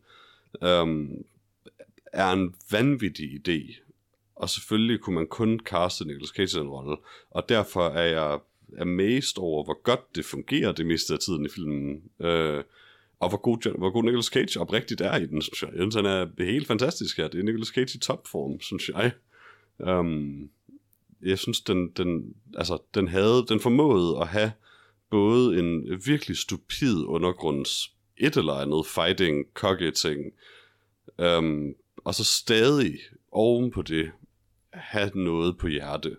er en vanvittig idé. Og selvfølgelig kunne man kun caste Nicolas Cage i den rolle. Og derfor er jeg amazed over, hvor godt det fungerer det meste af tiden i filmen. Og hvor god Nicolas Cage oprigtigt er i den, synes jeg. Han er helt fantastisk her. Det er Nicolas Cage i topform, synes jeg. Jeg synes, den formåede at have både en virkelig stupid undergrunds et eller andet fighting, cocky-ting, og så stadig oven på det have noget på hjerte,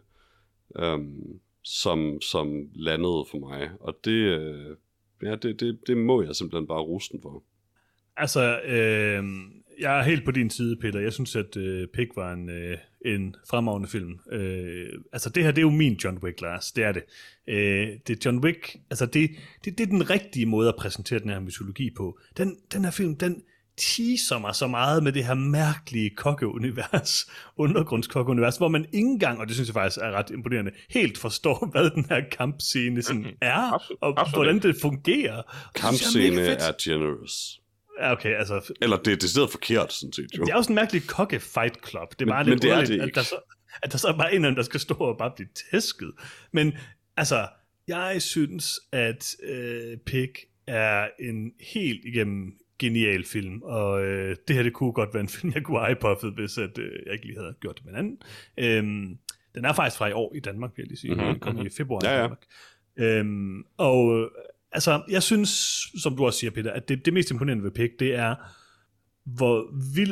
som landede for mig. Og det må jeg simpelthen bare rose den for. Altså, jeg er helt på din side, Peter. Jeg synes, at Pig var en fremragende film. Altså, det her, det er jo min John Wick, Lars. Det er det. Det er John Wick. Altså, det er den rigtige måde at præsentere den her mytologi på. Den her film, den teaser mig så meget med det her mærkelige kokkeunivers, undergrundskokkeunivers, hvor man ikke engang, og det synes jeg faktisk er ret imponerende, helt forstår, hvad den her kampscene sådan er, og hvordan det fungerer. Kampscene er generous. Okay, altså... Eller det er decideret forkert, sådan set, jo. Det er også en mærkelig kokke-fight club. Det er bare lidt underligt, at der så er bare en af dem, der skal stå og bare blive tæsket. Men altså, jeg synes, at Pig er en helt igennem genial film, og det her, det kunne godt være en film, jeg kunne eyepuffet, hvis at, jeg ikke lige havde gjort det med en anden. Den er faktisk fra i år i Danmark, vil jeg lige sige. Den kom i februar i Danmark. Og altså, jeg synes, som du også siger, Peter, at det mest imponerende ved Pig, det er, hvor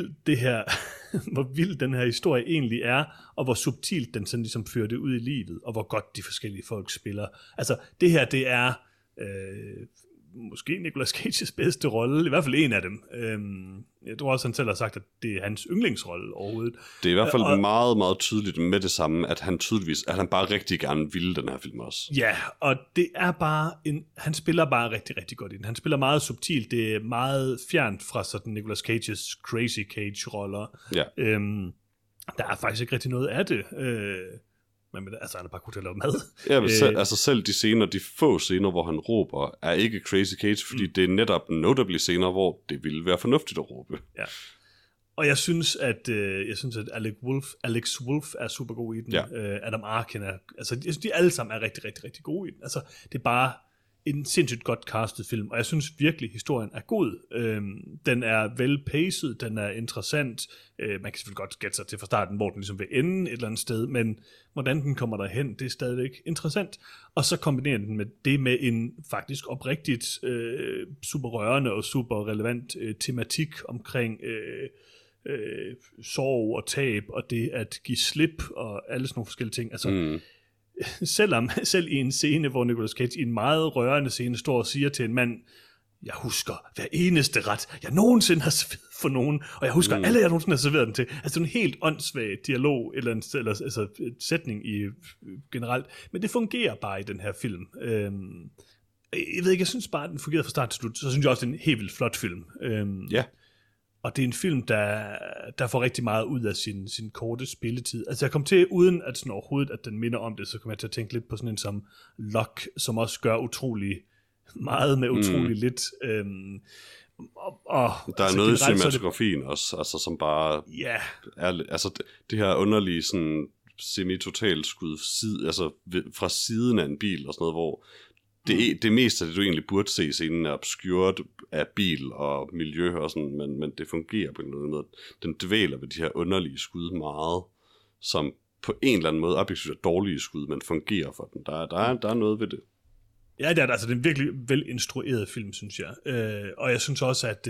vild den her historie egentlig er, og hvor subtilt den sådan ligesom fører det ud i livet, og hvor godt de forskellige folk spiller. Altså, det her, det er måske Nicolas Cages bedste rolle, i hvert fald en af dem. Jeg tror også, han selv har sagt, at det er hans yndlingsrolle overhovedet. Det er i hvert fald meget, meget tydeligt med det samme, at han bare rigtig gerne ville den her film også. Ja, og det er bare han spiller bare rigtig, rigtig godt i den. Han spiller meget subtilt, det er meget fjernt fra sådan Nicolas Cages Crazy Cage-roller. Ja. der er faktisk ikke rigtig noget af det. Men altså, han er bare god til at lave mad. Ja, men selv de scener, de få scener, hvor han råber, er ikke Crazy Cage, fordi det er netop notably scener, hvor det ville være fornuftigt at råbe. Ja. Og jeg synes, at Alex Wolff er super god i den. Ja. Adam Arkin er, altså de alle sammen er rigtig, rigtig, rigtig gode i den. Altså, det er bare en sindssygt godt castet film, og jeg synes virkelig, historien er god. Den er vel-paced, den er interessant. Man kan selvfølgelig godt gætte sig til fra starten, hvor den ligesom vil ende et eller andet sted, men hvordan den kommer derhen, det er stadigvæk interessant. Og så kombinerer den med det med en faktisk oprigtigt super rørende og super relevant tematik omkring sorg og tab, og det at give slip, og alle sådan nogle forskellige ting. Altså, selv i en scene, hvor Nicolas Cage i en meget rørende scene står og siger til en mand, jeg husker hver eneste ret, jeg nogensinde har serveret for nogen, og jeg husker alle, jeg nogensinde har serveret den til. Altså en helt åndssvag dialog, eller altså sætning i generelt. Men det fungerer bare i den her film. Jeg ved ikke, jeg synes bare, at den fungerede fra start til slut. Så synes jeg også, det er en helt vildt flot film. Ja. Og det er en film, der får rigtig meget ud af sin korte spilletid. Altså jeg kom til, uden at sådan overhovedet, at den minder om det, så kom jeg til at tænke lidt på sådan en som Locke, som også gør utrolig meget med utrolig lidt. Der er noget i cinematografien også, altså som bare er, altså det her underlige sådan semi-totalt skud altså fra siden af en bil og sådan noget, hvor det meste af det, du egentlig burde se scenen, er obscured af bil og miljø og sådan, men det fungerer på en eller anden måde. Den dvæler ved de her underlige skud meget, som på en eller anden måde objektivt er dårlige skud, men fungerer for den. Der er noget ved det. Ja, det er altså det er en virkelig velinstrueret film, synes jeg. Og jeg synes også, at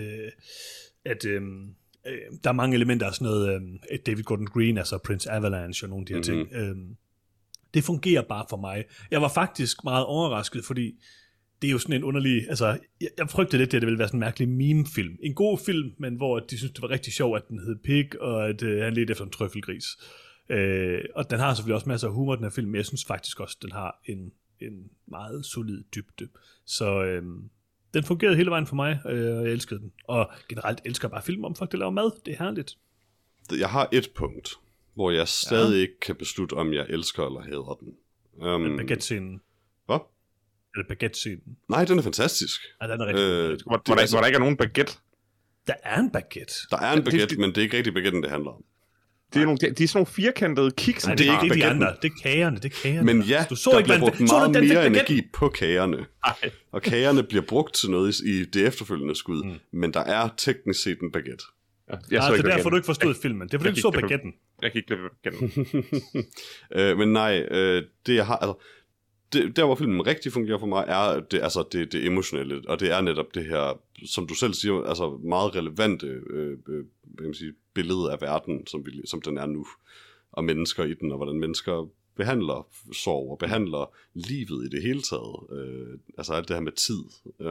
der er mange elementer af sådan noget David Gordon Green, altså Prince Avalanche og nogle af de her ting. Det fungerer bare for mig. Jeg var faktisk meget overrasket, fordi det er jo sådan en underlig, altså jeg frygtede lidt, at det ville være sådan en mærkelig meme-film. En god film, men hvor de synes det var rigtig sjovt, at den hed Pig, og at han ledte efter en trøffelgris. Og den har selvfølgelig også masser af humor, den her film, men jeg synes faktisk også, at den har en meget solid dybde. Så den fungerede hele vejen for mig, og jeg elskede den. Og generelt elsker jeg bare film om folk, der laver mad. Det er herligt. Jeg har et punkt, hvor jeg stadig ikke kan beslutte, om jeg elsker eller hader den. Baguette-scenen. Hvad? Eller baguette-scenen. Nej, den er fantastisk. Ja, den er rigtig hvor der ikke er nogen baguette. Der er en baguette. Der er en baguette, men det er ikke rigtig baguetten, det handler om. Det er, de er sådan nogle firkantede kiks. Nej, det er ikke de andre. Det er kagerne. Men ja, du så der bliver brugt meget mere energi på kagerne. Og kagerne bliver brugt til noget i det efterfølgende skud. Men der er teknisk set en baguette. Ja, det er derfor, du ikke forstod filmen. Det er fordi, du så baguetten. Jeg kan ikke lide baguetten. Men nej, det jeg har... Altså, der hvor filmen rigtig fungerer for mig, er det emotionelle. Og det er netop det her, som du selv siger, altså meget relevante billede af verden, som den er nu. Og mennesker i den, og hvordan mennesker behandler sorg og behandler livet i det hele taget. Altså alt det her med tid.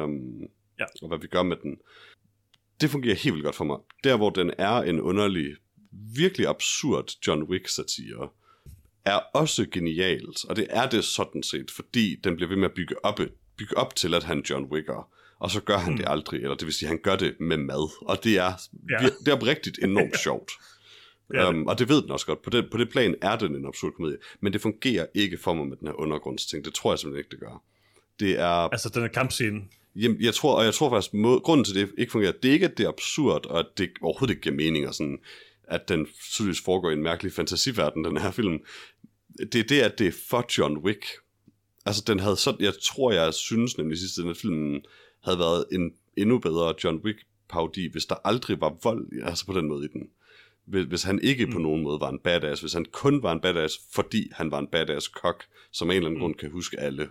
Og hvad vi gør med den. Det fungerer helt vildt godt for mig. Der hvor den er en underlig, virkelig absurd John Wick-satire, er også genialt, og det er det sådan set, fordi den bliver ved med at bygge op til, at han John Wicker, og så gør han det aldrig, eller det vil sige, han gør det med mad, og det er oprigtigt enormt sjovt. Og det ved den også godt. På det plan er den en absurd komedie, men det fungerer ikke for mig med den her undergrundsting. Det tror jeg simpelthen ikke, det gør. Det er... Altså den her kampscene. Jamen, jeg tror faktisk, grunden til det ikke fungerer, det er ikke, at det er absurd, og at det overhovedet ikke giver mening, og sådan, at den tydeligvis foregår i en mærkelig fantasiverden, den her film. Det er det, at det er for John Wick. Altså, den havde sådan, jeg synes nemlig sidst, at den filmen havde været en endnu bedre John Wick-parodi, hvis der aldrig var vold, altså på den måde i den. Hvis han ikke på nogen måde var en badass, hvis han kun var en badass, fordi han var en badass kok, som af en eller anden grund kan huske alle.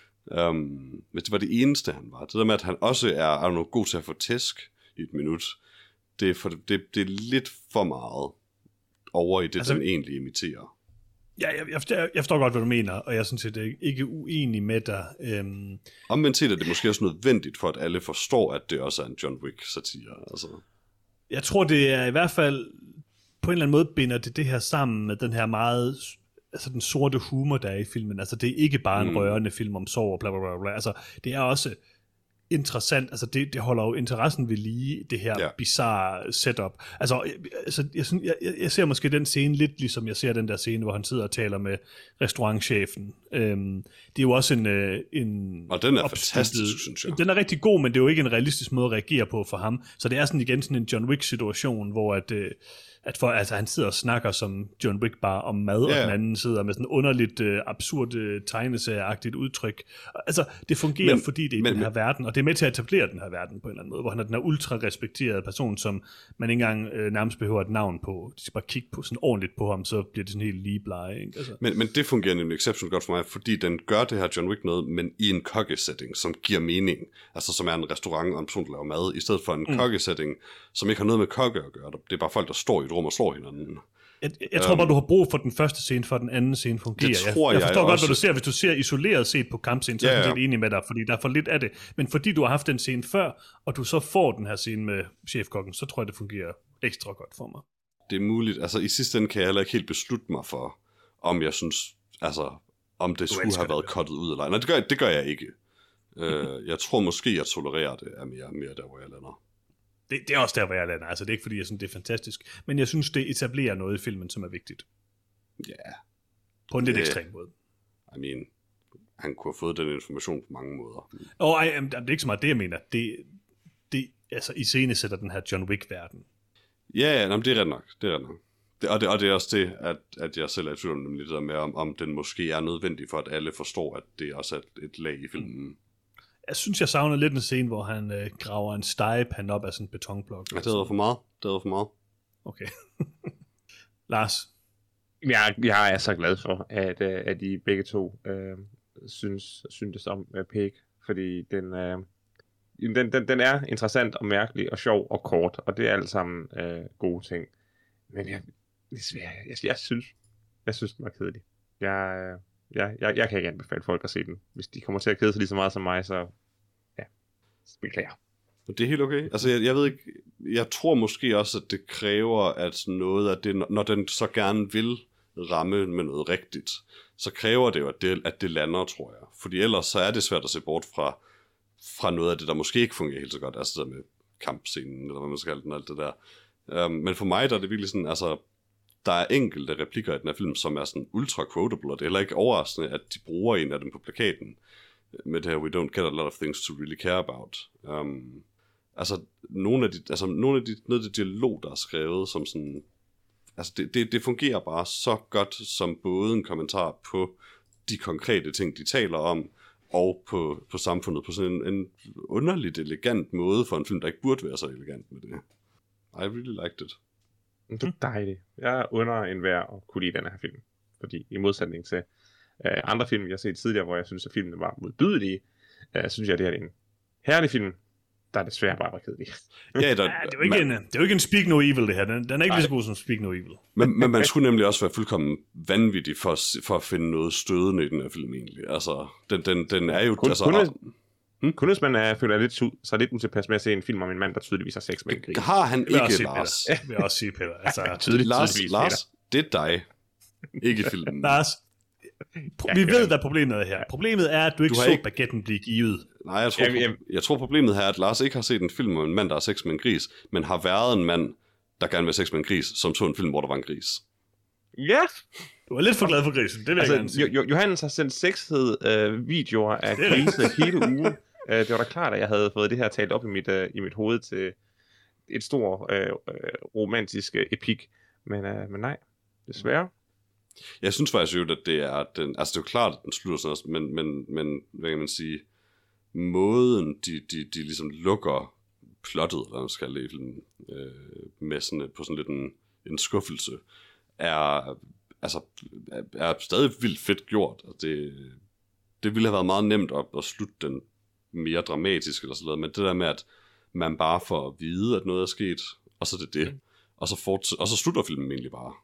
Hvis det var det eneste, han var. Det der med, at han også er god til at få tæsk i et minut, det er lidt for meget over i det, altså, den egentlig imiterer. Ja, jeg forstår godt, hvad du mener, og jeg synes, at jeg er ikke uenig med dig. Omvendt set er det måske også nødvendigt for, at alle forstår, at det også er en John Wick-satire. Altså. Jeg tror, det er i hvert fald på en eller anden måde binder det her sammen med den her meget, altså den sorte humor, der er i filmen. Altså det er ikke bare en rørende film om sorg og bla bla bla bla. Altså det er også interessant, altså det holder jo interessen ved lige, det her bizarre setup. Altså jeg ser måske den scene lidt ligesom jeg ser den der scene, hvor han sidder og taler med restaurantchefen. Det er jo også en og den er fantastisk, synes jeg. Den er rigtig god, men det er jo ikke en realistisk måde at reagere på for ham. Så det er sådan igen sådan en John Wick-situation, hvor altså han sidder og snakker som John Wick bare om mad, og den anden sidder med sådan underligt absurd tegneserieagtigt udtryk. Altså det fungerer, fordi det er i den her verden, og det er med til at etablere den her verden på en eller anden måde, hvor han er den her ultra-respekterede person, som man ikke engang nærmest behøver et navn på. De skal bare kigge på sådan ordentligt på ham, så bliver det sådan helt ligebleje. Ikke? Altså. Men det fungerer nemlig exceptionelt godt for mig, fordi den gør det her John Wick noget, men i en kokke-setting, som giver mening. Altså som er en restaurant og en person, der laver mad, i stedet for en kokke-setting, som ikke har noget med kokke at gøre. Det er bare folk, der står i et rum og slår hinanden. Jeg tror bare, du har brug for den første scene, for den anden scene fungerer. Jeg forstår godt, hvad du ser. Hvis du ser isoleret set på kampscenen, så er jeg helt enig med dig, fordi der er for lidt af det. Men fordi du har haft den scene før, og du så får den her scene med chefkokken, så tror jeg, det fungerer ekstra godt for mig. Det er muligt. Altså i sidste ende kan jeg heller ikke helt beslutte mig for, om jeg synes, altså om det skulle have været cuttet ud eller ej. Nej, det gør jeg ikke. Jeg tror måske, jeg tolererer det af mere der, hvor jeg lander. Det er også der, hvor jeg lander. Altså, det er ikke, fordi jeg synes, det er fantastisk. Men jeg synes, det etablerer noget i filmen, som er vigtigt. Ja. På en lidt ekstrem måde. Han kunne have fået den information på mange måder. Det er ikke så meget det, jeg mener. Det altså, iscenesætter den her John Wick-verden. Ja, det er ret nok. Og det er også det, at jeg selv er i tvivl om lidt der med, om den måske er nødvendig for, at alle forstår, at det er også et lag i filmen. Jeg synes, jeg savner lidt en scene, hvor han graver en stegepan op af sådan en betonblok. Ja, det havde for meget. Okay. Lars? Jeg er så glad for, at I begge to synes om Pig, fordi den er interessant og mærkelig og sjov og kort, og det er alt sammen gode ting. Men jeg synes den var kedelig. Jeg kan ikke anbefale folk at se den. Hvis de kommer til at kede sig lige så meget som mig, så beklager. Det er helt okay. Altså, jeg ved ikke, jeg tror måske også, at det kræver, at noget af det, når den så gerne vil ramme med noget rigtigt, så kræver det jo, at det lander, tror jeg. Fordi ellers så er det svært at se bort fra noget af det, der måske ikke fungerer helt så godt. Altså det der med kampscenen, eller hvad man skal kalde den, alt det der. Men for mig, der er det virkelig sådan, altså, der er enkelte replikker i den her film, som er sådan ultra quotable, og det er heller ikke overraskende, at de bruger en af dem på plakaten. Med det her, we don't get a lot of things to really care about. Noget af det dialog, der er skrevet, som sådan, altså det fungerer bare så godt, som både en kommentar på de konkrete ting, de taler om, og på samfundet, på sådan en underligt elegant måde, for en film, der ikke burde være så elegant med det. I really liked it. Det er dejligt. Jeg under enhver at kunne lide den her film, fordi i modsætning til andre film, jeg har set tidligere, hvor jeg synes, at filmene var modbydelige, synes jeg, at det her er en herlig film, der er desværre bare kedelig. Det er jo ikke en Speak No Evil, det her. Den er ikke lige så god som Speak No Evil. Men man skulle nemlig også være fuldkommen vanvittig for at finde noget stødende i den her film, egentlig. Altså, den er jo... Kun hvis man føler lidt utilpas med at se en film om en mand, der tydeligvis har sex med en gris. Har han ikke, Lars? Det vil jeg også sige, Peter. Altså, Lars, det er dig. Ikke filmen. Lars, vi ved, hvad problemet er her. Problemet er, at du ikke så baguetten blive givet. Nej, jeg tror problemet her er, at Lars ikke har set en film om en mand, der har sex med en gris, men har været en mand, der gerne vil have sex med en gris, som så en film, hvor der var en gris. Ja! Du er lidt for glad for grisen, det vil jeg gerne sige. Johannes har sendt sexede videoer af grise hele ugen. Det var da klart, at jeg havde fået det her talt op i mit hoved til et stort romantisk epik. Men nej, desværre. Jeg synes faktisk jo, at det er den, altså det er jo klart, at den slutter sådan også, men hvad kan man sige, måden de ligesom lukker plottet, eller hvad man skal kalde det i filmen, med sådan på sådan lidt en skuffelse, er stadig vildt fedt gjort. Altså det ville have været meget nemt at slutte den mere dramatisk eller sådan noget, men det der med, at man bare får at vide, at noget er sket, og så det, og så slutter filmen egentlig bare.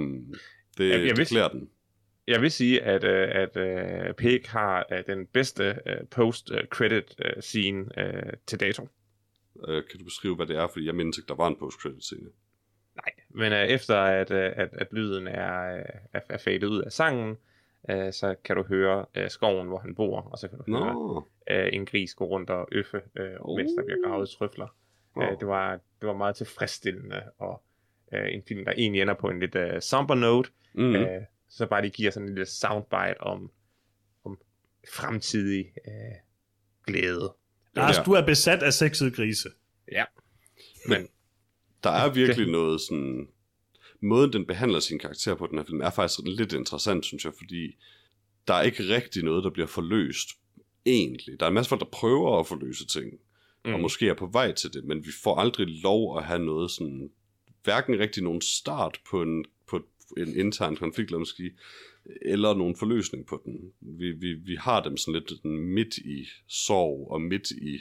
Det klæder den. Jeg vil sige, at Pig har den bedste post-credit scene til dato. Kan du beskrive, hvad det er? Fordi jeg mindes ikke, der var en post-credit scene. Nej, men efter at lyden er fadet ud af sangen, så kan du høre skoven, hvor han bor, og så kan du høre en gris gå rundt og øffe, mens der bliver gravet trøfler. Det var meget tilfredsstillende, og en film, der egentlig ender på en lidt somber note, så bare de giver sådan en lille soundbite om fremtidig glæde. Lars, du er besat af sexede grise. Ja, men der er virkelig noget sådan... Måden, den behandler sin karakter på den her film, er faktisk lidt interessant, synes jeg, fordi der er ikke rigtig noget, der bliver forløst, egentlig. Der er en masse folk, der prøver at forløse ting, og måske er på vej til det, men vi får aldrig lov at have noget sådan... Hverken rigtig nogen start på en intern konflikt, lad mig sige, eller nogen forløsning på den. Vi har dem sådan lidt midt i sorg, og midt i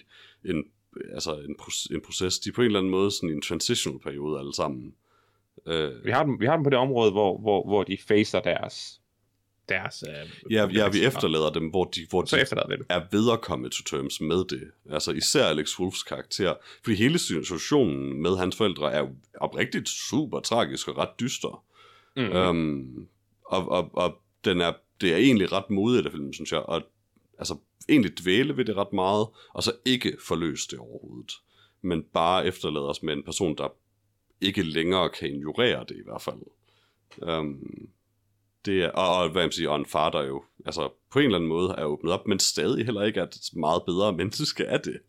en proces. De er på en eller anden måde sådan en transitional periode alle sammen. Vi har dem på det område, hvor de facer deres vi efterlader dem, hvor de er ved at komme to terms med det. Altså især Alex Wolffs karakter. Fordi hele situationen med hans forældre er jo oprigtigt super tragisk og ret dyster. Og det er egentlig ret modigt af filmen, synes jeg. Og altså egentlig dvæle ved det ret meget, og så ikke forløse det overhovedet. Men bare efterlade os med en person, der ikke længere kan ignorere det i hvert fald. Det er, og hvad man siger, og en far, der jo altså, på en eller anden måde er åbnet op, men stadig heller ikke er et meget bedre menneske af det.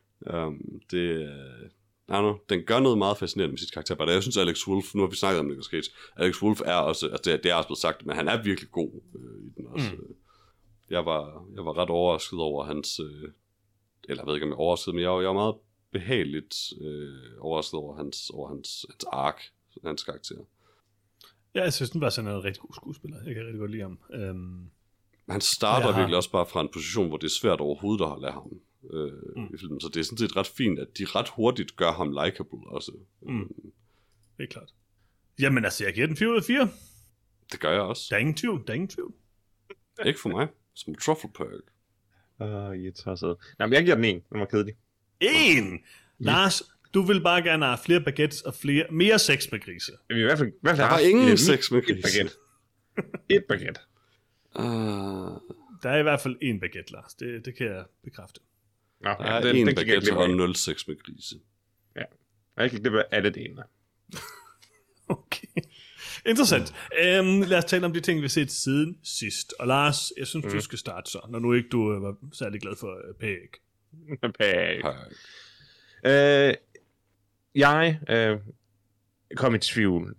Den gør noget meget fascinerende med sit karakter. Jeg synes, Alex Wolff, nu har vi snakket om Nicolas Cage, Alex Wolff er også, altså det er også blevet sagt, men han er virkelig god i den også. Jeg var ret overrasket over hans, eller jeg ved ikke, om jeg er overrasket, men jeg var meget behageligt overrasket over hans ark, hans karakter. Ja, jeg synes, den var sådan en rigtig god skuespiller. Jeg kan rigtig godt lide ham. Han starter virkelig også bare fra en position, hvor det er svært overhovedet at holde af ham i filmen. Så det er sådan set ret fint, at de ret hurtigt gør ham likeable også. Det er klart. Jamen altså, jeg giver den 4 ud af 4. Det gør jeg også. Der er ingen tvivl. Ikke for mig. Som Truffleperk. Jeg tager så. Nej, men jeg giver den 1. Den var kedelig. 1? Lars, du vil bare gerne have flere baguettes og mere sex med grise. Jamen, i hvert fald der er ingen sex med grise. Et baguette. Der er i hvert fald 1 baguette, Lars. Det kan jeg bekræfte. Der er 1 baguette og 0 sex med grise. Ja. Jeg kan glemme alle delene. Okay. Interessant. Lad os tale om de ting, vi har set siden sidst. Og Lars, jeg synes, du skal starte så, når nu ikke du var særlig glad for Pæg. Pæg. Jeg kom i tvivl.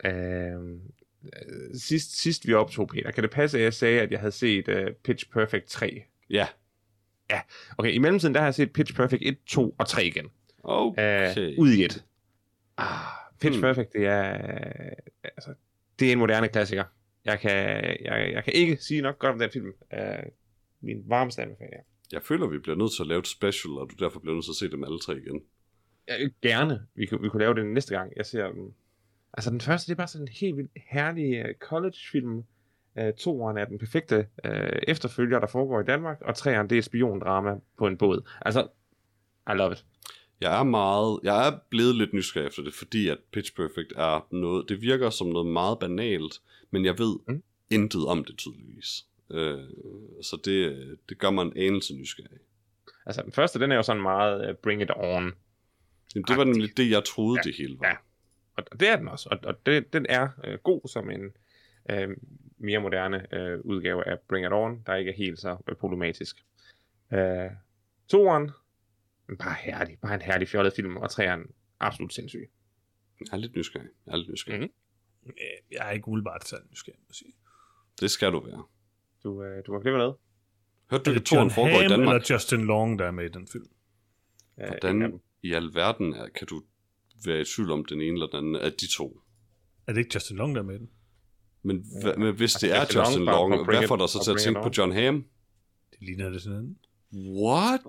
Sidst vi optog, Peter, kan det passe, at jeg sagde, at jeg havde set Pitch Perfect 3? Ja. Ja, okay. I mellemtiden, der har jeg set Pitch Perfect 1, 2 og 3 igen. Okay. Ud i et. Pitch Perfect, det er en moderne klassiker. Jeg kan ikke sige nok godt om den film. Min varmeste anbefaling. Jeg føler, vi bliver nødt til at lave et special, og du derfor bliver nødt til at se dem alle 3 igen. Gerne. Vi kunne lave det næste gang. Jeg ser dem. Altså den første, det er bare sådan en helt vildt herlig college-film. 2'eren er den perfekte efterfølger, der foregår i Danmark, og 3'eren, det er spiondrama på en båd. Altså, I love it. Jeg er blevet lidt nysgerrig efter det, fordi at Pitch Perfect er noget, det virker som noget meget banalt, men jeg ved intet om det tydeligvis. Så det gør mig en anelse nysgerrig. Altså den første, den er jo sådan meget bring it on. Jamen, det var nemlig det, jeg troede det hele var. Ja, og det er den også, og den er god som en mere moderne udgave af Bring It On, der ikke er helt så problematisk. 2'eren, bare en herlig fjollet film, og 3'eren absolut sindssyg. Jeg er lidt nysgerrig. Jeg er ikke umiddelbart så nysgerrig, må sige. Det skal du være. Du har glemt noget? Hørte du, at 2'eren foregår i Danmark? Eller Justin Long, der er med i den film? Hvordan i alverden kan du være i tvivl om den ene eller den anden af de to? Er det ikke Justin Long, der er med i den? Men hvis det er Justin Long, hvad får der så til at tænke på John Hamm? Det ligner det sådan noget. What?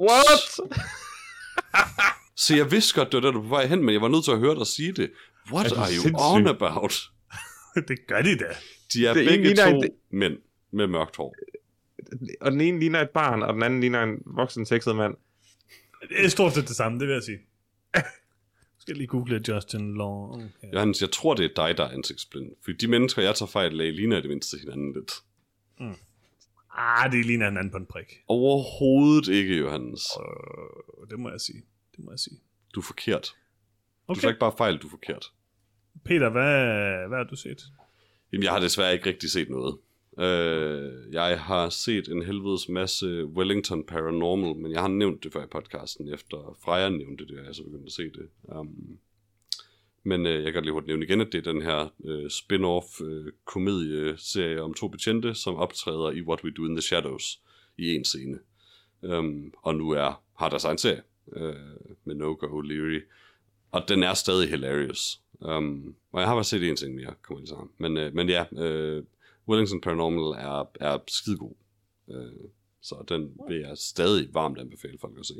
Så jeg vidste godt, det var der, du var på vej hen, men jeg var nødt til at høre dig sige det. What are you on about? Det gør de da. De er begge to mænd med mørkt hår. Og den ene ligner et barn, og den anden ligner en voksen sexet mand. Det er stort set det samme, det vil jeg sige. Jeg skal lige google Justin Long. Okay. Johannes, jeg tror, det er dig, der er ansigtsblind. For de mennesker, jeg tager fejl af, ligner i det mindste hinanden lidt. Det ligner en anden på en prik. Overhovedet ikke, Johannes. Det må jeg sige. Du er forkert. Okay. Du tager ikke bare fejl, du er forkert. Peter, hvad har du set? Jamen, jeg har desværre ikke rigtig set noget. Jeg har set en helvedes masse Wellington Paranormal, men jeg har nævnt det før i podcasten, efter Freja nævnte det, og jeg så begyndte at se det. Men jeg kan lige hurtigt nævne igen, at det er den her spin-off komedieserie om 2 betjente, som optræder i What We Do in the Shadows i en scene. Og nu har deres egen serie med Noga O'Leary, og den er stadig hilarious. Og jeg har bare set en ting mere, kommer lige sammen. Men ja, Wellington Paranormal er skidegod. Så den vil jeg stadig varmt anbefale folk at se.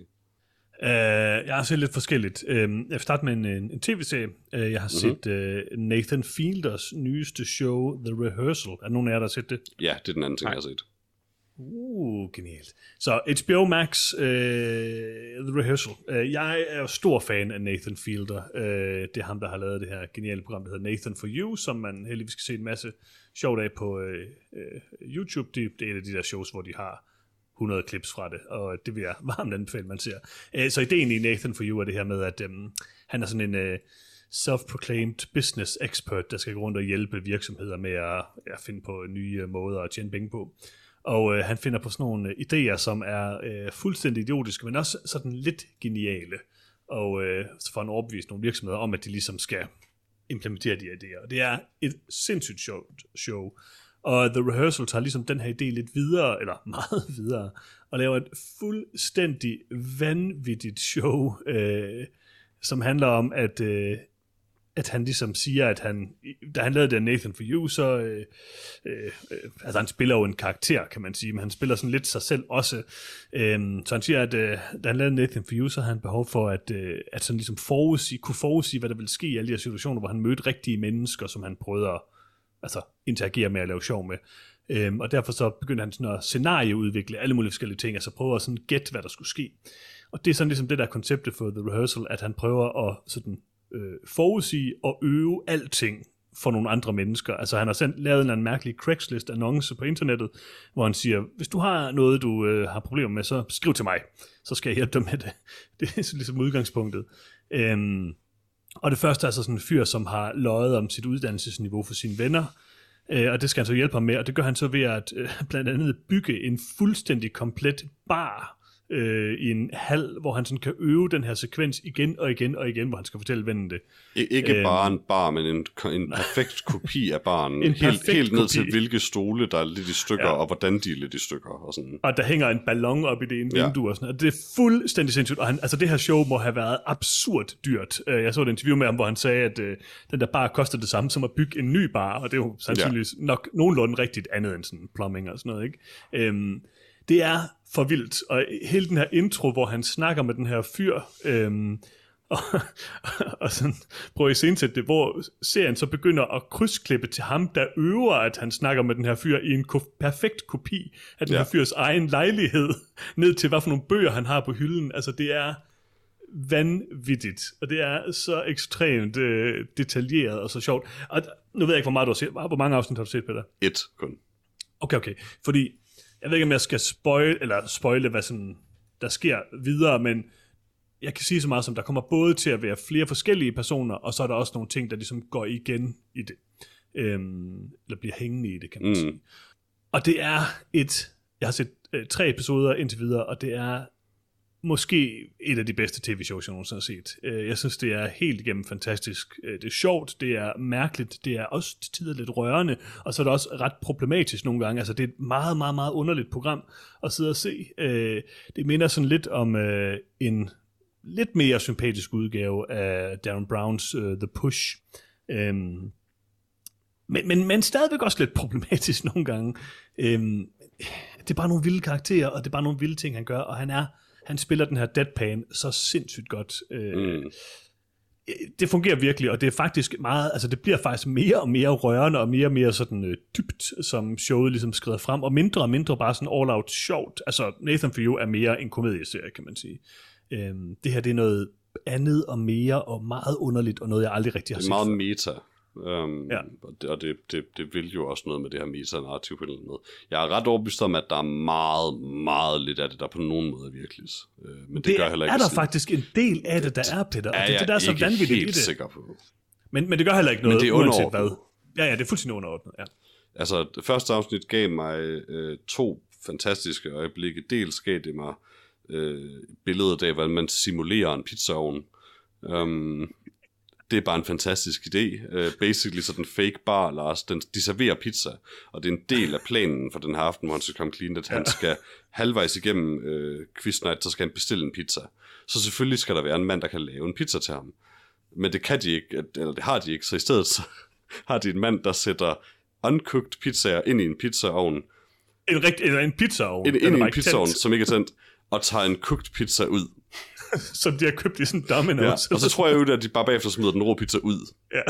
Jeg har set lidt forskelligt. Jeg vil starte med en tv-serie. Jeg har set Nathan Fielders nyeste show, The Rehearsal. Er nogen af jer, der har set det? Ja, det er den anden ting, jeg har set. Genialt. Så HBO Max, The Rehearsal. Jeg er jo stor fan af Nathan Fielder. Det er ham, der har lavet det her geniale program, der hedder Nathan For You, som man heldigvis skal se en masse sjovt af på YouTube. Det er et af de der shows, hvor de har 100 clips fra det, og det vil jeg varmt anbefale, man ser. Så ideen i Nathan For You er det her med, at han er sådan en self-proclaimed business expert, der skal gå rundt og hjælpe virksomheder med at finde på nye måder at tjene penge på. Og han finder på sådan nogle idéer, som er fuldstændig idiotiske, men også sådan lidt geniale. Og så får han overbevist nogle virksomheder om, at de ligesom skal implementere de idéer. Og det er et sindssygt show. Og The Rehearsal tager ligesom den her idé lidt videre, eller meget videre, og laver et fuldstændig vanvittigt show, som handler om, at han ligesom siger, at da han lavede det Nathan For You, så altså han spiller jo en karakter, kan man sige, men han spiller sådan lidt sig selv også. Så han siger, at da han lavede Nathan For You, så havde han behov for at sådan ligesom kunne forudsige, hvad der ville ske i alle de her situationer, hvor han mødte rigtige mennesker, som han prøvede at interagere med og lave sjov med. Og derfor så begyndte han sådan at scenarieudvikle alle mulige forskellige ting, altså prøve at sådan gætte, hvad der skulle ske. Og det er sådan ligesom det der konceptet for The Rehearsal, at han prøver at sådan forudsige og øve alting for nogle andre mennesker. Altså han har lavet en mærkelig Craigslist-annonce på internettet, hvor han siger, hvis du har noget, du har problemer med, så skriv til mig, så skal jeg hjælpe dig med det. Det er så ligesom udgangspunktet. Og det første er så sådan en fyr, som har løjet om sit uddannelsesniveau for sine venner, og det skal han så hjælpe ham med, og det gør han så ved at blandt andet bygge en fuldstændig komplet bar i en hal, hvor han sådan kan øve den her sekvens igen og igen og igen, hvor han skal fortælle vennen det. Ikke bare en bar, men en perfekt kopi af baren. Helt ned til hvilke stole, der er lidt i stykker, og hvordan de er lidt i stykker. Og sådan. Og der hænger en ballon op i det ene vindue og sådan noget. Og det er fuldstændig sindssygt. Og altså det her show må have været absurd dyrt. Jeg så et interview med ham, hvor han sagde, at den der bar koster det samme som at bygge en ny bar, og det er jo sandsynligvis nok nogenlunde rigtigt andet end sådan plumbing og sådan noget, ikke? Det er for vildt, og hele den her intro, hvor han snakker med den her fyr, og sådan prøver at iscenesætte det, hvor serien så begynder at krydsklippe til ham, der øver, at han snakker med den her fyr i en perfekt kopi af den her fyrs egen lejlighed, ned til hvad for nogle bøger han har på hylden. Altså det er vanvittigt, og det er så ekstremt detaljeret og så sjovt. Og nu ved jeg ikke, hvor meget du har set. Hvor mange afsnit har du set, Peter? 1 kun. Okay, fordi jeg ved ikke, om jeg skal spoile, hvad sådan, der sker videre, men jeg kan sige så meget som, der kommer både til at være flere forskellige personer, og så er der også nogle ting, der ligesom går igen i det. Eller bliver hængende i det, kan man sige. Og det er jeg har set 3 episoder indtil videre, og det er måske et af de bedste tv-shows, jeg nogensinde har set. Jeg synes, det er helt igennem fantastisk. Det er sjovt, det er mærkeligt, det er også til tider lidt rørende, og så er det også ret problematisk nogle gange. Altså, det er et meget, meget, meget underligt program at sidde og se. Det minder sådan lidt om en lidt mere sympatisk udgave af Darren Browns The Push. Men stadigvæk også lidt problematisk nogle gange. Det er bare nogle vilde karakterer, og det er bare nogle vilde ting, han gør, og han spiller den her deadpan så sindssygt godt. Det fungerer virkelig, og det er faktisk meget, altså det bliver faktisk mere og mere rørende, og mere sådan dybt, som showet ligesom skrider frem, og mindre og mindre bare sådan all out sjovt. Altså Nathan For You er mere en komedieserie, kan man sige. Det her, det er noget andet og mere, og meget underligt, og noget jeg aldrig rigtig har set. Det er meget meta. Og det vil jo også noget med det her meta-narrativ på en eller anden måde. Jeg er ret overbevist om, at der er meget, meget lidt af det, der på nogen måde er virkeligt. Men det gør heller ikke er der sådan, faktisk en del af det, der er, Peter. Og det der er så vanvittigt i det. Helt sikker på. Men det gør heller ikke noget, det er uanset hvad. Ja, det er fuldstændig underordnet, ja. Altså, det første afsnit gav mig 2 fantastiske øjeblikke. Dels gav det mig billedet af, hvordan man simulerer en pizzaovn. Det er bare en fantastisk idé. Basically så den fake bar, Lars, de serverer pizza, og det er en del af planen for den her aften, hvor han skal komme clean, at han skal halvvejs igennem quiz night, så skal han bestille en pizza. Så selvfølgelig skal der være en mand, der kan lave en pizza til ham. Men det kan de ikke, eller det har de ikke, så i stedet så har de en mand, der sætter uncooked pizzaer ind i en pizzaovn. En pizzaovn? Ind i en pizzaovn, som ikke er tændt, og tager en cooked pizza ud. Som de har købt i sådan en Domino's. Ja, og så tror jeg jo, at de bare bagefter smider den rå pizza ud. Ja.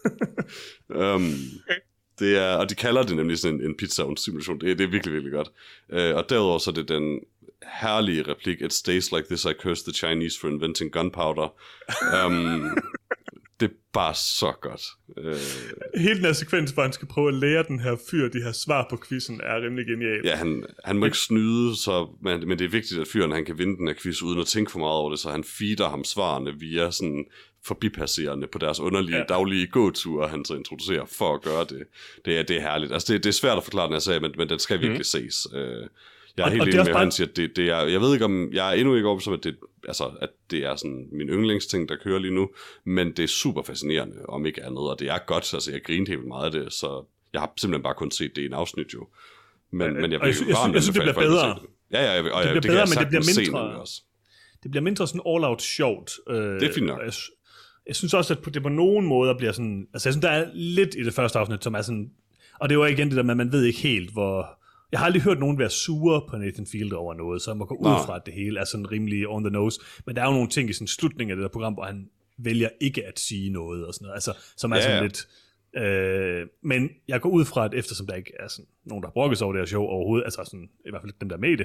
Det er, og de kalder det nemlig sådan en pizzaovn-simulation. Det er virkelig, virkelig godt. Og derudover så er det den herlige replik, "It stays like this, I curse the Chinese for inventing gunpowder." Det er bare så godt. Hele den her sekvens, hvor han skal prøve at lære den her fyr, de her svar på quizzen, er rimelig genialt. Ja, han må ikke snyde, men det er vigtigt, at fyren han kan vinde den her quiz, uden at tænke for meget over det, så han feeder ham svarene via sådan forbipasserende på deres underlige daglige gåture, han så introducerer for at gøre det. Det er herligt. Altså, det er svært at forklare den her sag, men den skal virkelig ses. Jeg er helt enig med Hans, at det er, jeg ved ikke om, jeg er endnu ikke overbevist om, at det er sådan min yndlingsting, der kører lige nu, men det er super fascinerende, om ikke andet, og det er godt, altså jeg griner helt meget af det, så jeg har simpelthen bare kun set det i en afsnit jo. Men jeg vil jeg synes, det bliver bedre. Ja, det bliver bedre, men det bliver mindre. Det bliver mindre sådan all-out sjovt. Det er fint nok. Jeg synes også, at det på nogen måder bliver sådan, altså jeg synes, der er lidt i det første afsnit, som er sådan, og det var igen det der med, at man ved ikke helt, hvor. Jeg har aldrig hørt nogen være sure på Nathan Fielder over noget, så jeg må gå ud fra, at det hele er sådan rimelig on the nose. Men der er jo nogle ting i sådan slutningen af det der program, hvor han vælger ikke at sige noget og sådan noget, altså, som er sådan lidt. Men jeg går ud fra, at eftersom der ikke er sådan nogen, der brokker sig over det her show overhovedet, altså sådan, i hvert fald ikke dem, der er med i det,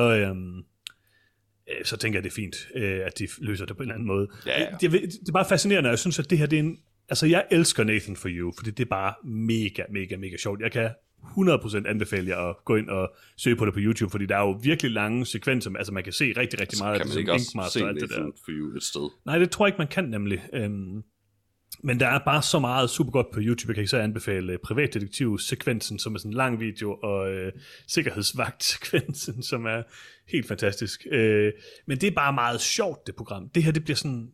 så tænker jeg, det er fint, at de løser det på en eller anden måde. Det er bare fascinerende, og jeg synes, at det her, det er en. Altså, jeg elsker Nathan For You, fordi det er bare mega, mega, mega sjovt. Jeg kan 100% anbefale jer at gå ind og søge på det på YouTube, fordi der er jo virkelig lange sekvenser, altså man kan se rigtig, rigtig meget af det. Kan man ikke også se Nathan For You et sted? Nej, det tror jeg ikke, man kan nemlig. Men der er bare så meget super godt på YouTube. Jeg kan ikke så anbefale privatdetektiv-sekvensen, som er sådan en lang video, og sikkerhedsvagt-sekvensen, som er helt fantastisk. Men det er bare meget sjovt, det program. Det her, det bliver sådan.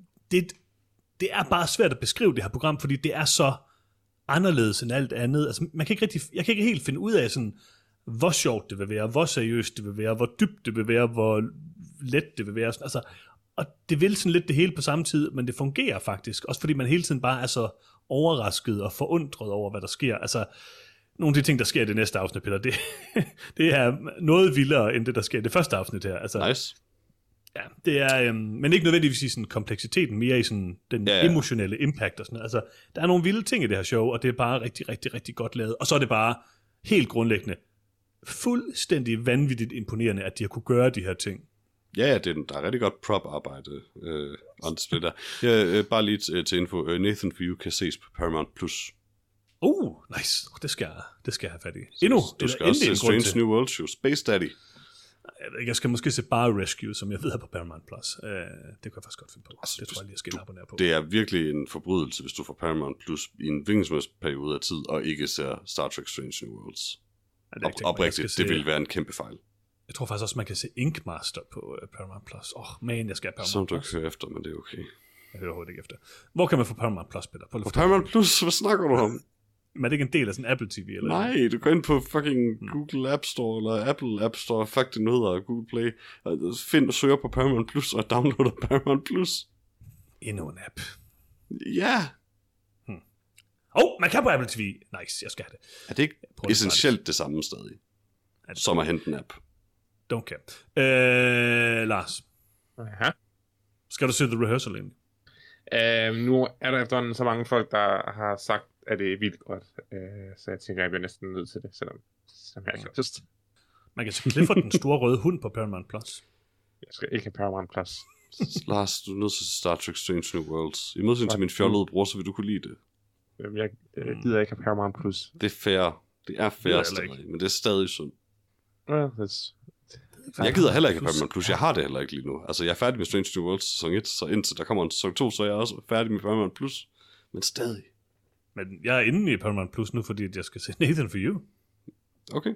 Det er bare svært at beskrive det her program, fordi det er så anderledes end alt andet. Altså, jeg kan ikke helt finde ud af, sådan, hvor sjovt det vil være, hvor seriøst det vil være, hvor dybt det vil være, hvor let det vil være. Altså, og det vil sådan lidt det hele på samme tid, men det fungerer faktisk. Også fordi man hele tiden bare er så overrasket og forundret over, hvad der sker. Altså, nogle af de ting, der sker i det næste afsnit, Peter, det er noget vildere, end det, der sker i det første afsnit her. Altså, nice. Ja, det er, men ikke nødvendigvis i sådan kompleksiteten, mere i sådan den emotionelle impact og sådan noget. Altså, der er nogle vilde ting i det her show, og det er bare rigtig, rigtig, rigtig godt lavet. Og så er det bare helt grundlæggende fuldstændig vanvittigt imponerende, at de har kunne gøre de her ting. Ja, der er rigtig godt prop-arbejde on display der. Bare lige til info, Nathan For You kan ses på Paramount+. Nice. Det skal jeg have fat i. Du skal også se Strange New World show, Space Daddy. Jeg skal måske se Bar Rescue, som jeg ved er på Paramount+. Det kan jeg faktisk godt finde på. Altså, det tror jeg lige, jeg skal abonnere på. Det er virkelig en forbrydelse, hvis du får Paramount+ i en hvilken periode af tid, og ikke ser Star Trek Strange New Worlds. Oprigtigt, det vil være en kæmpe fejl. Jeg tror faktisk også, man kan se Ink Master på Paramount+. Man, jeg skal have Paramount+. Som du ikke hører efter, men det er okay. Jeg hører overhovedet ikke efter. Hvor kan man få Paramount+, Peter? På Paramount+? Hvad snakker du om? Men er det ikke en del af sådan Apple TV? Eller nej, du går ind på fucking Google App Store, eller Apple App Store, fuck det nu hedder Google Play. Find og søger på Paramount+, og downloader Paramount+. Endnu en app. Ja. Man kan på Apple TV. Nice, jeg skal have det. Er det ikke essentielt det samme stadig, som at hente en app? Don't care. Lars. Ja. Skal du se The Rehearsal ind? Nu er der efterhånden så mange folk, der har sagt, at det er vildt godt. Så jeg tænker, jeg bliver næsten nødt til det, selvom jeg ikke har lyst. Man kan se Clifford den store røde hund på Paramount+. Jeg skal ikke have Paramount+. Lars, du er nødt til Star Trek Strange New Worlds. I modsætning til min fjollede bror, så vil du kunne lide det. Jeg gider ikke have Paramount Plus. Det er fair. Det er fair stadig, men det er stadig synd. Ja, jeg gider heller ikke have Paramount Plus. Jeg har det heller ikke lige nu. Altså, jeg er færdig med Strange New Worlds sæson 1, så indtil der kommer en sæson 2, så er jeg også færdig med Paramount Plus. Men stadig. Men jeg er inde i Paramount Plus nu, fordi jeg skal se Nathan for You. Okay.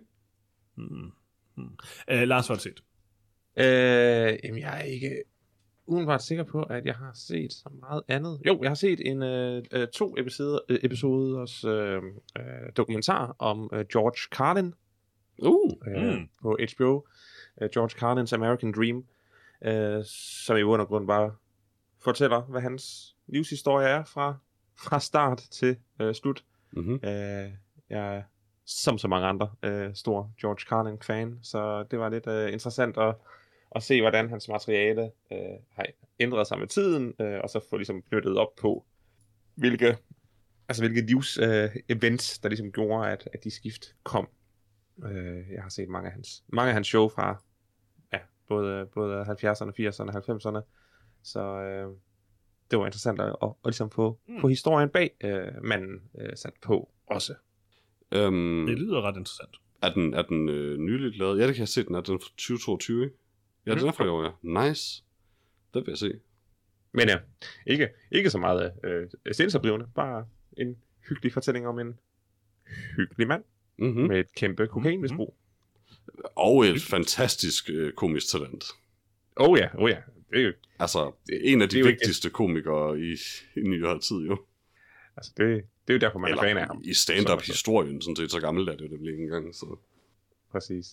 Lars, hvad har du set? Jamen, jeg er ikke udenbart sikker på, at jeg har set så meget andet. Jo, jeg har set en 2 episoders dokumentar om George Carlin på HBO. George Carlins American Dream, som i bund og grund bare fortæller, hvad hans livshistorie er fra start til slut. Jeg er som så mange andre stor George Carlin-fan, så det var lidt interessant at se, hvordan hans materiale har ændret sig med tiden, og så få ligesom knyttet op på, hvilke livs-events, der ligesom gjorde, at de skift kom. Jeg har set mange af hans show fra både 70'erne, 80'erne, 90'erne, så det var interessant at ligesom få historien bag manden sat på også. Det lyder ret interessant. Er den nyligt lavet? Ja, det kan jeg se, den er fra 2022, ikke? Ja, den er fra i år, ja. Nice. Det vil jeg se. Men ja, ikke så meget sindsoprivende, bare en hyggelig fortælling om en hyggelig mand med et kæmpe kokainmisbrug. Og et fantastisk komisk talent. Oh ja. Det er jo, altså, en af de vigtigste komikere i nyere tid, jo. Altså, det er jo derfor, man er fan af ham. I stand-up-historien, sådan set, så gammelt er det jo det ikke engang. Så. Præcis.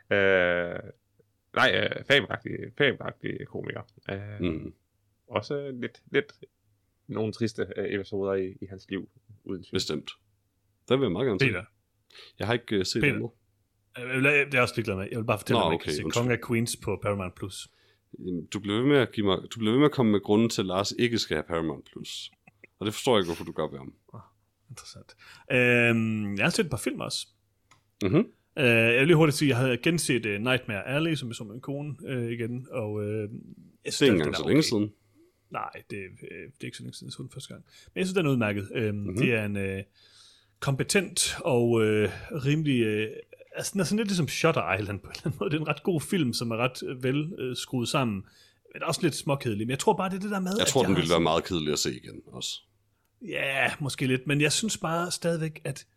Fabelagtig komiker. Også lidt nogle triste episoder i hans liv. Uden tvivl. Bestemt. Det vil jeg meget gerne se. Jeg har ikke set det endnu. Det er også ligeglad med. Jeg vil bare fortælle, at man kan se Kongen af Queens på Paramount Plus. Du bliver ved med at komme med grunden til, at Lars ikke skal have Paramount Plus. Og det forstår jeg ikke, hvorfor du gør ved ham. Interessant. Jeg har set et par film også. Jeg vil lige hurtigt sige, at jeg havde genset Nightmare Alley, som jeg så med min kone igen. Og, jeg synes, det er ikke engang så længe siden. Nej, det er ikke så længe siden, så den første gang. Men jeg synes, den er udmærket. Det er en kompetent og rimelig... altså, den er sådan lidt ligesom Shutter Island på en eller anden måde. Det er en ret god film, som er ret vel skruet sammen. Men også lidt småkedelig. Men jeg tror bare, det er det der med... Jeg tror, den ville være meget kedelig at se igen også. Ja, måske lidt. Men jeg synes bare stadigvæk, at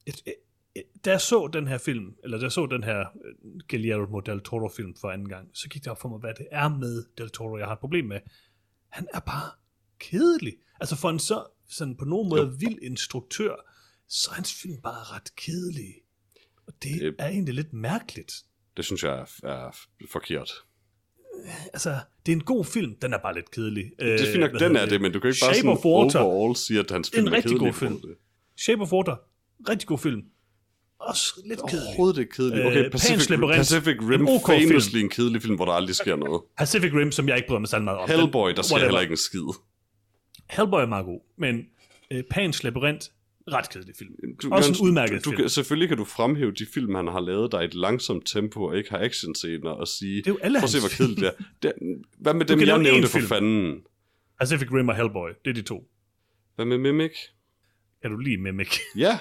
da jeg så den her film, eller da jeg så den her Guillermo del Toro film for anden gang, så gik det op for mig, hvad det er med del Toro, jeg har et problem med. Han er bare kedelig. Altså for en sådan på nogen måde vild instruktør, så er hans film bare ret kedelig. Og det er egentlig lidt mærkeligt. Det synes jeg er forkert. Altså, det er en god film, den er bare lidt kedelig. Det er fint nok, den er det, men du kan ikke bare sådan overall sige, at hans film er kedelig. Det er en rigtig god film. Shape of Water, rigtig god film. Også lidt kedelig. Overhovedet ikke kedelig. Okay, Pacific Rim, famously en kedelig film, hvor der aldrig sker noget. Pacific Rim, som jeg ikke bryder mig særlig meget om. Hellboy, der sker heller ikke en skid. Hellboy er meget god, men Pan's Labyrinth, ret kedelig film. Også en udmærket film. Selvfølgelig kan du fremhæve de film, han har lavet, der i et langsomt tempo og ikke har actionscener, og sige, prøv at se, hvor kedeligt det er. Hvad med dem, jeg nævnte for fanden? Pacific Rim og Hellboy, det er de to. Hvad med Mimic? Kan du lide Mimic? Ja.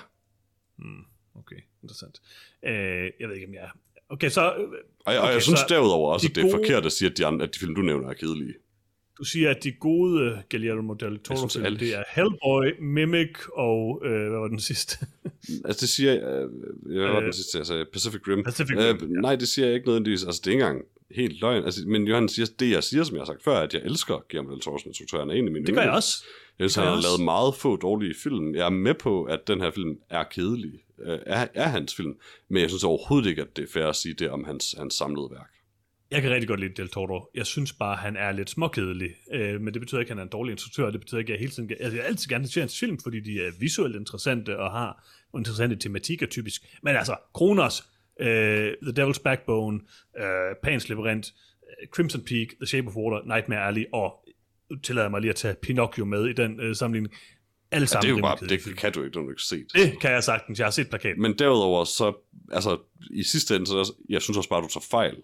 Okay, interessant. Jeg ved ikke, om jeg er... Okay, så... Og jeg synes derudover også, at det er forkert at sige, at de film, du nævner, er kedelige. Du siger, at de gode Guillermo del Toro-film, det er Hellboy, Mimic og... hvad var den sidste? Altså, det siger... hvad var den sidste? Altså, Pacific Rim. Nej, det siger jeg ikke nødvendigvis. Altså, det er ikke engang helt løgn. Altså, men Johan siger, det jeg siger, som jeg har sagt før, at jeg elsker Guillermo del Toro's instruktør. Han er en af mine. Det gør jeg også. Jeg synes, han har lavet meget få dårlige film. Jeg er med på, at den her film er kedelig. Er hans film. Men jeg synes overhovedet ikke, at det er fair at sige det om hans samlede værk. Jeg kan rigtig godt lide Del Toro. Jeg synes bare, han er lidt småkedelig. Men det betyder ikke, at han er en dårlig instruktør. Det betyder ikke, at jeg hele tiden... Altså, jeg altid gerne ser hans film, fordi de er visuelt interessante og har interessante tematikker typisk. Men altså, Kronos, The Devil's Backbone, Pan's Labyrinth, Crimson Peak, The Shape of Water, Nightmare Alley, og tillader mig lige at tage Pinocchio med i den sammenligning. Alle sammen. Ja, det er jo bare, det kan du ikke, du har ikke set. Det kan jeg sagtens, jeg har set plakaten. Men derudover, så, altså, i sidste ende, så jeg synes også bare, du tager fejl.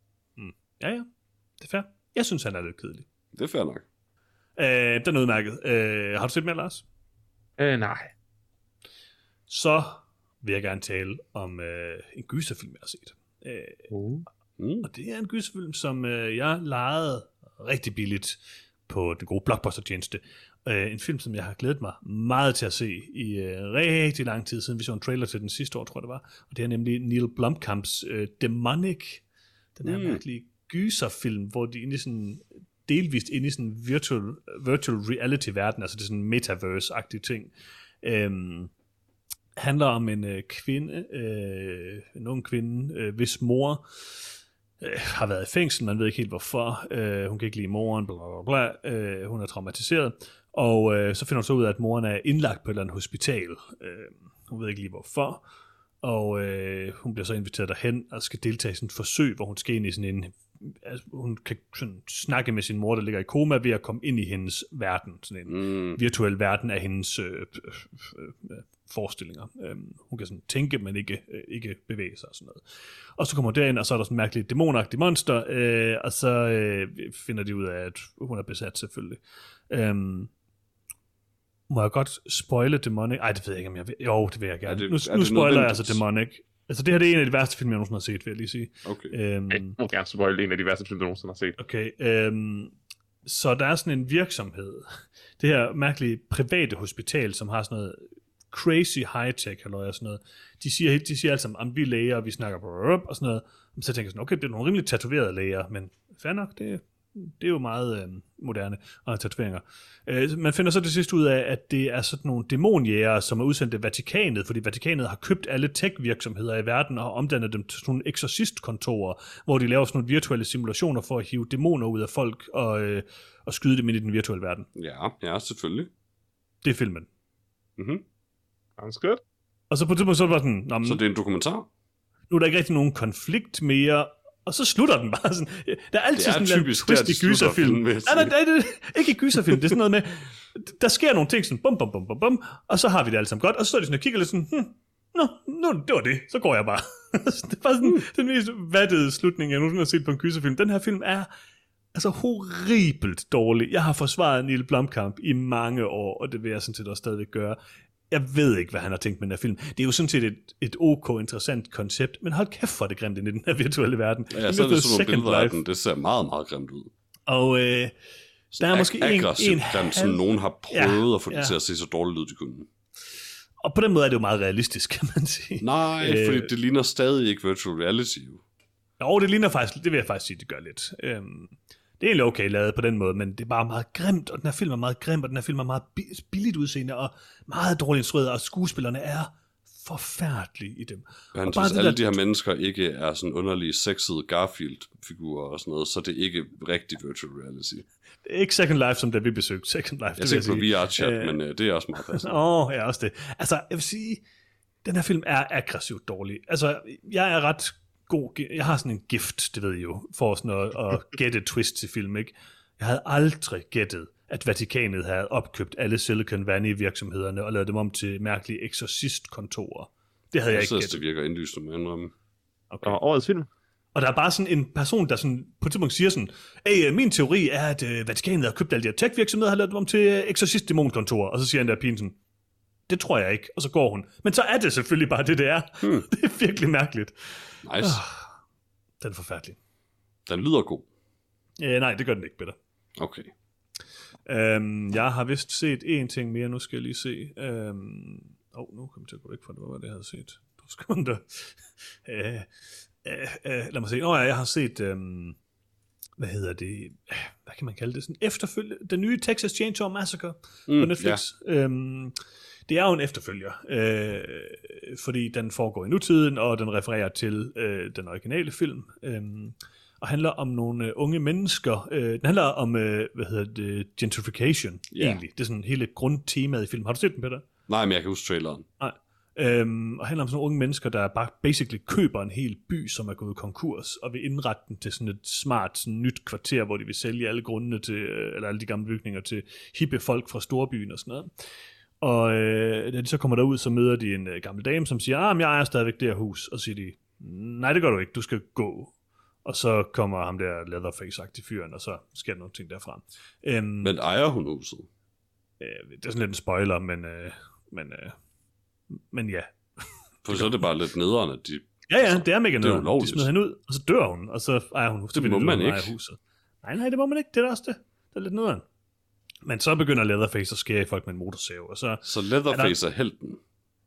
Ja, det er fair. Jeg synes, han er lidt kedelig. Det er fair nok. Den er udmærket. Har du set mere, Lars? Nej. så vil jeg gerne tale om en gyserfilm, jeg har set. Og det er en gyserfilm, som jeg lejede rigtig billigt på den gode Blockbuster-tjeneste. En film, som jeg har glædet mig meget til at se i rigtig lang tid siden. Vi så en trailer til den sidste år, tror jeg det var. Og det er nemlig Neil Blomkamps Demonic. Den her virkelig gyserfilm, hvor de er sådan delvist inde i sådan en virtual reality-verden, altså det er sådan en metaverse-agtig ting. Handler om en kvinde, en ung kvinde, hvis mor har været i fængsel, man ved ikke helt hvorfor, hun kan ikke lide moren, bla bla bla, hun er traumatiseret, og så finder hun så ud af, at moren er indlagt på et eller andet hospital, hun ved ikke lige hvorfor, og hun bliver så inviteret derhen og skal deltage i sådan et forsøg, hvor hun skal ind i sådan en, altså, hun kan sådan snakke med sin mor, der ligger i koma, ved at komme ind i hendes verden, sådan en virtuel verden af hendes forestillinger. Hun kan sådan tænke, men ikke bevæge sig og sådan noget. Og så kommer hun derind, og så er der sådan en mærkelig dæmonagtig monster, og så finder de ud af, at hun er besat selvfølgelig. Må jeg godt spoile Demonic? Ej, det ved jeg ikke, om jeg vil. Jo, det vil jeg gerne. Nu spoiler jeg altså Demonic. Altså, det her det er en af de værste film, jeg nogensinde har set, vil jeg lige sige. Okay. Jeg må gerne spoile en af de værste film, jeg nogensinde har set. Okay. Så der er sådan en virksomhed. Det her mærkelige private hospital, som har sådan noget crazy high-tech, eller sådan noget. De siger altså, at vi er læger, og vi snakker og sådan noget. Så tænker jeg sådan, okay, det er nogle rimelig tatoverede læger, men fair nok, det er jo meget moderne og tatoveringer. Man finder så til sidst ud af, at det er sådan nogle dæmonjæger, som er udsendt af Vatikanet, fordi Vatikanet har købt alle tech-virksomheder i verden og har omdannet dem til sådan nogle eksorcistkontorer, hvor de laver sådan nogle virtuelle simulationer for at hive dæmoner ud af folk og skyde dem ind i den virtuelle verden. Ja, selvfølgelig. Det er filmen. Sounds good. Og så på et tidspunkt så er det bare sådan... Så det er en dokumentar? Nu er der ikke rigtig nogen konflikt mere... Og så slutter den bare sådan. Der er altid sådan en typisk, twist i gyserfilm. Nej, ikke i gyserfilm. Det er sådan noget med, der sker nogle ting sådan, bum, bum, bum, bum, bum, og så har vi det alle sammen godt, og så står de sådan og kigger lidt sådan, det var det, så går jeg bare. Det var sådan den mest vattede slutning, jeg nogensinde har set på en gyserfilm. Den her film er altså horribelt dårlig. Jeg har forsvaret Neil Blomkamp i mange år, og det vil jeg sådan set også stadigvæk gøre. Jeg ved ikke, hvad han har tænkt med den her film. Det er jo sådan set et ok interessant koncept, men hold kæft for det grimt i den her virtuelle verden. Ja, så er det sådan nogle billeder af den. Det ser meget, meget grimt ud. Og der er måske en som nogen har prøvet at få det til at se så dårligt ud, de kunne. Og på den måde er det jo meget realistisk, kan man sige. Nej, fordi det ligner stadig ikke virtual reality. Jo, det ligner faktisk, det vil jeg faktisk sige, det gør lidt. Det er egentlig okay lavet på den måde, men det er bare meget grimt, og den her film er meget grim, og den her film er meget billigt udseende, og meget dårligt instrueret, og skuespillerne er forfærdelige i dem. Han synes, alle de her mennesker ikke er sådan underlige, sexede Garfield-figurer og sådan noget, så det er ikke rigtig virtual reality. Det er ikke Second Life, som da vi besøgte Second Life. Jeg tænker på VR-chat, men det er også meget passende. Ja, også det. Altså, jeg vil sige, den her film er aggressivt dårlig. Altså, jeg er ret god. Jeg har sådan en gift, det ved I jo, for sådan at gætte twist til film, ikke? Jeg havde aldrig gættet, at Vatikanet havde opkøbt alle Silicon Valley-virksomhederne og lavet dem om til mærkelige eksorcistkontorer. Det havde jeg ikke gættet. Det virker indlysende med indrømme. Okay. Og årets film. Og der er bare sådan en person, der sådan, på et tidspunkt siger sådan, min teori er, at Vatikanet har købt alle de her tech-virksomheder og har lavet dem om til eksorcist-dæmonkontorer. Og så siger han der pigen sådan, det tror jeg ikke. Og så går hun. Men så er det selvfølgelig bare det er. Det er virkelig mærkeligt. Nice. Den er forfærdelig. Den lyder god. Nej, det gør den ikke, Peter. Okay. Jeg har vist set en ting mere. Nu skal jeg lige se. Nu kan jeg til at gå væk fra det. Hvad var det, jeg havde set? 2 sekunder. Lad mig se. Jeg har set... hvad hedder det? Hvad kan man kalde det? Sådan efterfølge. Den nye Texas Chainsaw Massacre på Netflix. Ja. Det er jo en efterfølger, fordi den foregår i nutiden, og den refererer til den originale film, og handler om nogle unge mennesker. Den handler om, gentrification, egentlig. Det er sådan hele grundtemaet i filmen. Har du set den, Peter? Nej, men jeg kan huske traileren. Nej. Og handler om sådan nogle unge mennesker, der bare basically køber en hel by, som er gået konkurs, og vil indrette den til sådan et smart, sådan nyt kvarter, hvor de vil sælge alle grundene til, eller alle de gamle bygninger til hippe folk fra storbyen og sådan noget. Og da de så kommer derud, så møder de en gammel dame, som siger, jeg ejer stadigvæk det her hus. Og så siger de, nej, det gør du ikke, du skal gå. Og så kommer ham der Leatherface-agtig fyren, og så sker der nogle ting derfra. Men ejer hun huset? Det er sådan lidt en spoiler, men Men ja. For så er det bare lidt nederen, at de... Ja, det er mega nederen. De smider hende ud, og så dør hun, og så ejer hun huset. Det må man ikke. Huset. Nej, det må man ikke. Det er også det. Det er lidt nederen. Men så begynder Leatherface at skære i folk med en motorsav, og så Leatherface er helten?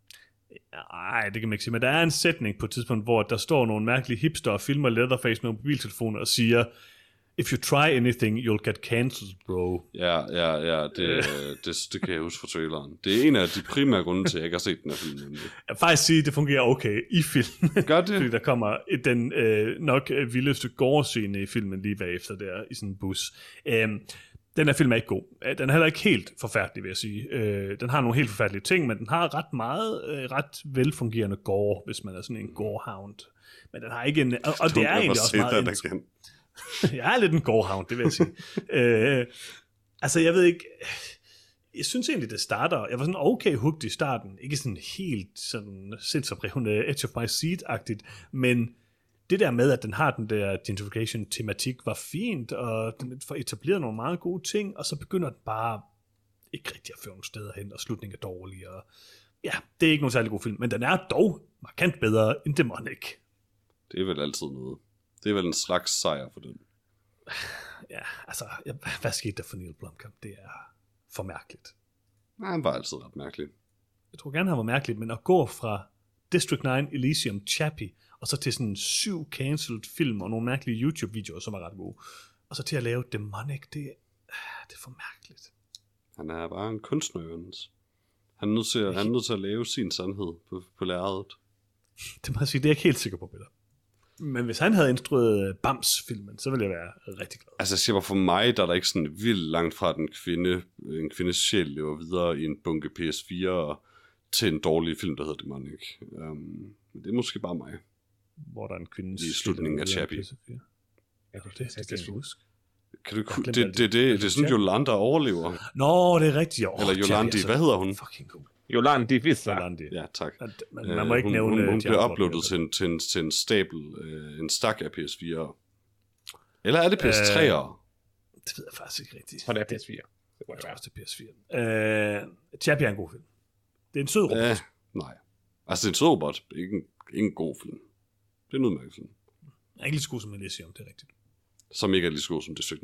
Nej, det kan man ikke sige, men der er en sætning på et tidspunkt, hvor der står nogle mærkelige hipster og filmer Leatherface med mobiltelefoner og siger, if you try anything, you'll get cancelled, bro. Ja, det kan jeg huske fra traileren. Det er en af de primære grunde til, at jeg ikke har set den her film. Jeg vil faktisk sige, at det fungerer okay i filmen. Gør det? Fordi der kommer den nok vildeste gårdscene i filmen lige bagefter der i sådan en bus. Den her film er ikke god. Den er heller ikke helt forfærdelig, vil jeg sige. Den har nogle helt forfærdelige ting, men den har ret meget, ret velfungerende gore, hvis man er sådan en gorehound. Men den har ikke en... Og det er egentlig også meget... Jeg er lidt en gorehound, det vil jeg sige. Altså, jeg ved ikke... Jeg synes egentlig, det starter... Jeg var sådan okay hooked i starten. Ikke sådan helt sådan sindsoprivende Edge of My Seat-agtigt, men... Det der med, at den har den der gentrification-tematik, var fint, og den får etableret nogle meget gode ting, og så begynder den bare ikke rigtig at føre nogle steder hen, og slutningen er dårlig, og ja, det er ikke nogen særlig god film, men den er dog markant bedre end Demonic. Det er vel altid noget. Det er vel en slags sejr for den. Ja, altså, hvad skete der for Neil Blomkamp? Det er for mærkeligt. Nej, han var altid ret mærkelig. Jeg tror gerne, han var mærkeligt, men at gå fra District 9, Elysium, Chappie, og så til sådan 7 cancelled film og nogle mærkelige YouTube-videoer, som er ret gode. Og så til at lave Demonic, det er for mærkeligt. Han er bare en kunstner, Jørgens. Han er nødt til at lave sin sandhed på lærredet. Det må jeg sige, det er jeg ikke helt sikker på, Peter. Men hvis han havde instrueret Bams-filmen, så ville jeg være rigtig glad. Altså jeg siger bare, for mig, der er der ikke sådan vildt langt fra en kvindes sjæl lever videre i en bunke PS4 til en dårlig film, der hedder Demonic. Men det er måske bare mig. Hvor der er en kvinde i slutningen af Chappie. Ja, det kan jeg huske. Det er sådan, Yolanda overlever. Nå, det er rigtigt. Eller Yolandi, hvad hedder hun? Fucking cool. Yolandi Vissa. Ja, tak. Man må ikke nævne... Hun blev uploadet til en stabel, en stak af PS4'er. Eller er det PS3'er? Det ved jeg faktisk ikke rigtigt. Og det er PS4. Det var også til PS4. Chappie er en god film. Det er en sød robot. Nej. Altså, det er en sød robot. Det er ikke en god film. Det er en udmærket film. Jeg er ikke lige så god som Elysium, det er rigtigt. Som ikke er lige så god som District 9.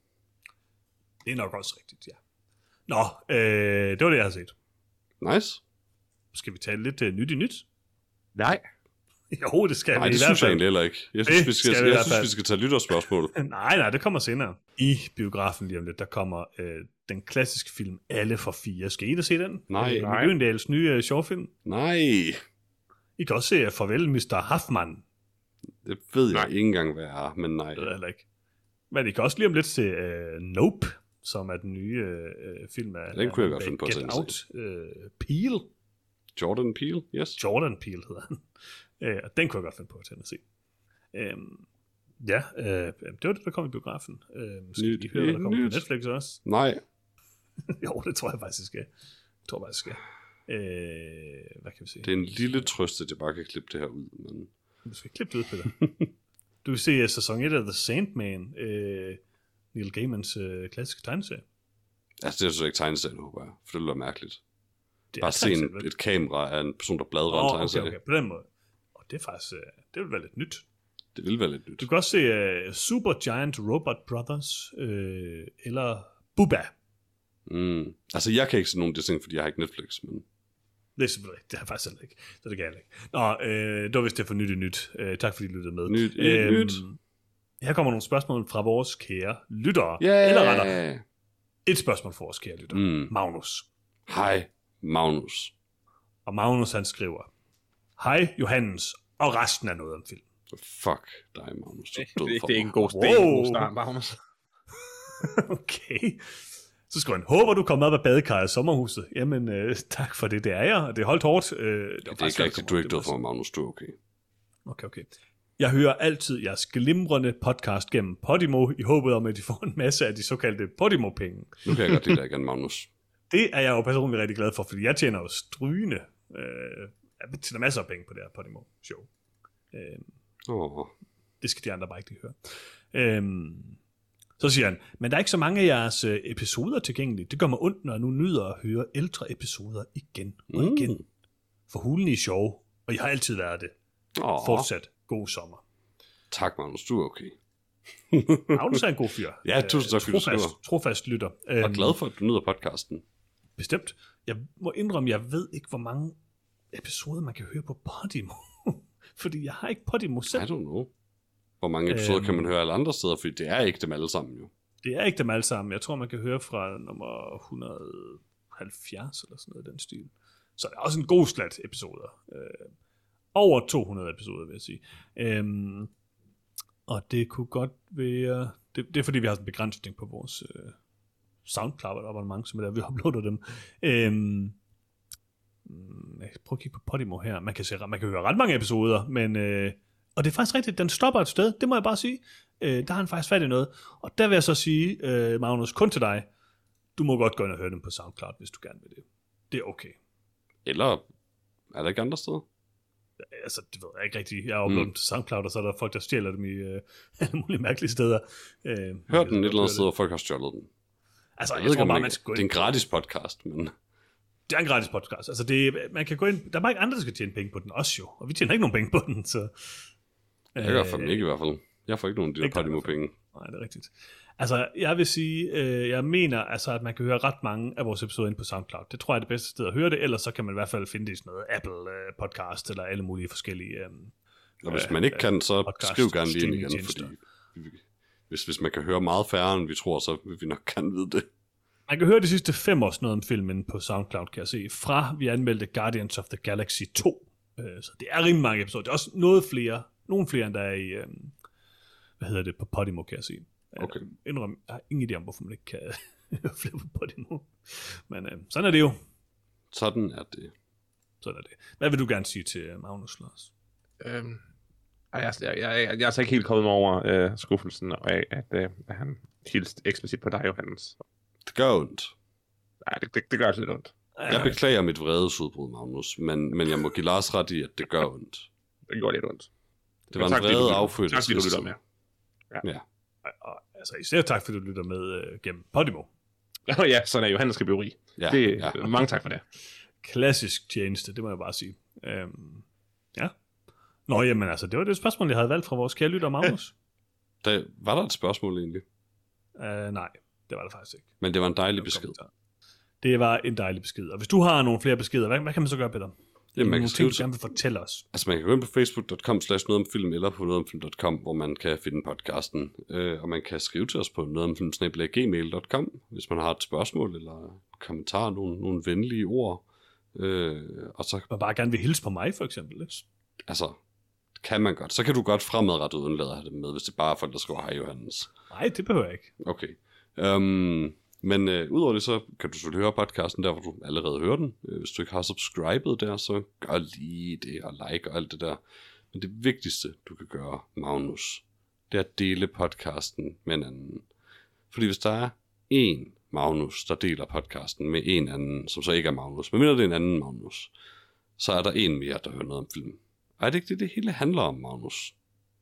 Det er nok også rigtigt, ja. Nå, det var det, jeg har set. Nice. Skal vi tale lidt nyt i nyt? Nej. Jo, det skal vi i hvert fald. Nej, det synes jeg egentlig heller ikke. Jeg synes, vi skal tage lytterspørgsmål. nej, det kommer senere. I biografen lige om lidt, der kommer den klassiske film Alle for 4. Skal I da se den? Nej. Øgendals nye sjovfilm. Nej. I kan også se Farvel, Mr. Huffman. Det ved jeg ikke engang, hvad jeg er, men nej. Det ved jeg heller ikke. Men I kan også lige om lidt se Nope, som er den nye film af... Den kunne jeg godt finde på at Get Out. Peele. Jordan Peele, yes. Jordan Peele hedder han. Og den kunne jeg godt finde på at se. Ja, det var det, der kom i biografen. Skal I høre, hvad der kommer på Netflix også? Nej. Jo, det tror jeg faktisk, jeg skal. Hvad kan vi se? Det er en lille trøst, at jeg bare kan klippe det her ud. Men... Du skal klippe det ud, Peter. Du kan se sæson 1 af The Sandman, Neil Gaimans klassiske tegneserie. Altså, det er så ikke tegneserien, håber jeg, for det ville være mærkeligt. Bare se et kamera af en person, der bladrer en tegneserie. Okay, på den måde. Og det er faktisk, det vil være lidt nyt. Det vil være lidt nyt. Du kan også se Super Giant Robot Brothers, eller Bubba. Altså, jeg kan ikke se nogen af de ting, fordi jeg har ikke Netflix, men... Det er selvfølgelig ikke. Det har jeg faktisk ikke. Så det kan jeg ikke. Nå, det var vist det for nyt i nyt. Tak fordi I lyttede med. Nyt. Her kommer nogle spørgsmål fra vores kære lyttere. Yeah. Eller rettere. Et spørgsmål fra vores kære lyttere. Magnus. Hej, Magnus. Og Magnus han skriver: Hej Johannes og resten af noget om film. Fuck dig, Magnus. Det er ikke en god start, Magnus. Okay. Så skriver han: håber du kommer op af badekarret af sommerhuset. Jamen, tak for det, det er jeg. Og det er holdt hårdt. Det er ikke rigtigt, du er ikke død for Magnus, du er okay. Okay. Jeg hører altid jeres glimrende podcast gennem Podimo, i håbet om, at de får en masse af de såkaldte Podimo-penge. Nu kan jeg godt lide dig igen, Magnus. Det er jeg jo personligt rigtig glad for, fordi jeg tjener jo strygende. Jeg tjener masser af penge på det her Podimo-show. Det skal de andre bare ikke lige høre. Så siger han: men der er ikke så mange af jeres episoder tilgængelige. Det gør mig ondt, når jeg nu nyder at høre ældre episoder igen og igen. For hulen i sjov, og I har altid været det. Fortsat god sommer. Tak, Magnus. Du er okay. Magnus er en god fyr. Ja, tusind tak, fordi du skriver. Trofast lytter. Jeg er glad for, at du nyder podcasten. Bestemt. Jeg må indrømme, jeg ved ikke, hvor mange episoder man kan høre på Podimo. Fordi jeg har ikke Podimo selv. I don't know. Hvor mange episoder kan man høre alle andre steder, fordi det er ikke dem alle sammen jo. Det er ikke dem alle sammen. Jeg tror, man kan høre fra nummer 170 eller sådan noget i den stil. Så det er også en god slat episoder. Over 200 episoder, vil jeg sige. Og det kunne godt være... Det er fordi, vi har en begrænsning på vores SoundCloud abonnement, som er der, vi uploader dem. Jeg prøver at kigge på Podimo her. Man kan høre ret mange episoder, men... og det er faktisk rigtigt, den stopper et sted, det må jeg bare sige. Der har han faktisk fat i noget. Og der vil jeg så sige, Magnus, kun til dig, du må godt gå ind og høre dem på SoundCloud, hvis du gerne vil det. Det er okay. Eller er der ikke andre steder? Altså, det ved jeg ikke rigtigt. Jeg har uploadet dem til SoundCloud, og så er der folk, der stjæler dem i alle mulige mærkelige steder. Hør den et eller andet sted, og folk har stjålet den. Altså, jeg tror bare, man skal gå ind. Det er en gratis podcast, men... Det er en gratis podcast. Altså, man kan gå ind... Der er bare ikke andre, der skal tjene penge på den, også jo. Og vi tjener ikke nogen penge på den, så... Jeg gør for dem ikke i hvert fald. Jeg får ikke nogen af de der Podimo-penge. Nej, det er rigtigt. Altså, jeg vil sige, jeg mener altså, at man kan høre ret mange af vores episoder inde på SoundCloud. Det tror jeg er det bedste sted at høre det, ellers så kan man i hvert fald finde det i sådan noget Apple podcast, eller alle mulige forskellige... og hvis man ikke kan, så skriv gerne lige ind igen, fordi hvis man kan høre meget færre, end vi tror, så vil vi nok gerne vide det. Man kan høre de sidste 5 års noget om filmen på SoundCloud, kan jeg se, fra vi anmeldte Guardians of the Galaxy 2. Så det er rimelig mange episoder. Det er også nogle flere, end der er i, på Podimo, kan jeg sige. Okay. Jeg har ingen idé om, hvorfor man ikke kan høre flere på Podimo. Men sådan er det jo. Sådan er det. Hvad vil du gerne sige til Magnus, Lars? Jeg er altså ikke helt kommet over skuffelsen af, at han hilste eksplicit på dig, Johannes. Det gør ondt. Nej, det gør lidt ondt. Jeg beklager mit vredesudbrud, Magnus, men jeg må give Lars ret i, at det gør ondt. Det gjorde lidt ondt. Det var en vrede affødt. Tak, fordi du lytter med. Ja. Og altså især tak, fordi du lytter med gennem Podimo. Ja, sådan er Johannes skal blive rig. Ja. Mange tak for det. Klassisk tjeneste, det må jeg bare sige. Ja. Nå, jamen altså, det var det spørgsmål, jeg havde valgt fra vores kære lytter, Magnus. Var der et spørgsmål egentlig? Nej, det var der faktisk ikke. Men det var en dejlig besked. Det var en dejlig besked. Og hvis du har nogle flere beskeder, hvad kan man så gøre, Peter? Jamen, man kan skrive du gerne vil fortælle os. Altså man kan gå ind på facebook.com/nogetomfilm eller på nogetomfilm.com, hvor man kan finde podcasten. Og man kan skrive til os på nogetomfilm@gmail.com, hvis man har et spørgsmål eller kommentar, nogle venlige ord. Og så man bare gerne vil hilse på mig, for eksempel. Altså, kan man godt. Så kan du godt fremadrettet undlade at have det med, hvis det bare er folk, der skriver hej Johannes. Nej, det behøver jeg ikke. Okay. Men udover det, så kan du selvfølgelig høre podcasten der, hvor du allerede hører den. Hvis du ikke har subscribet der, så gør lige det og like og alt det der. Men det vigtigste, du kan gøre, Magnus, det er at dele podcasten med en anden. Fordi hvis der er én Magnus, der deler podcasten med en anden, som så ikke er Magnus, men mindre det er en anden Magnus, så er der en mere, der hører noget om film. Og er det ikke det hele handler om, Magnus?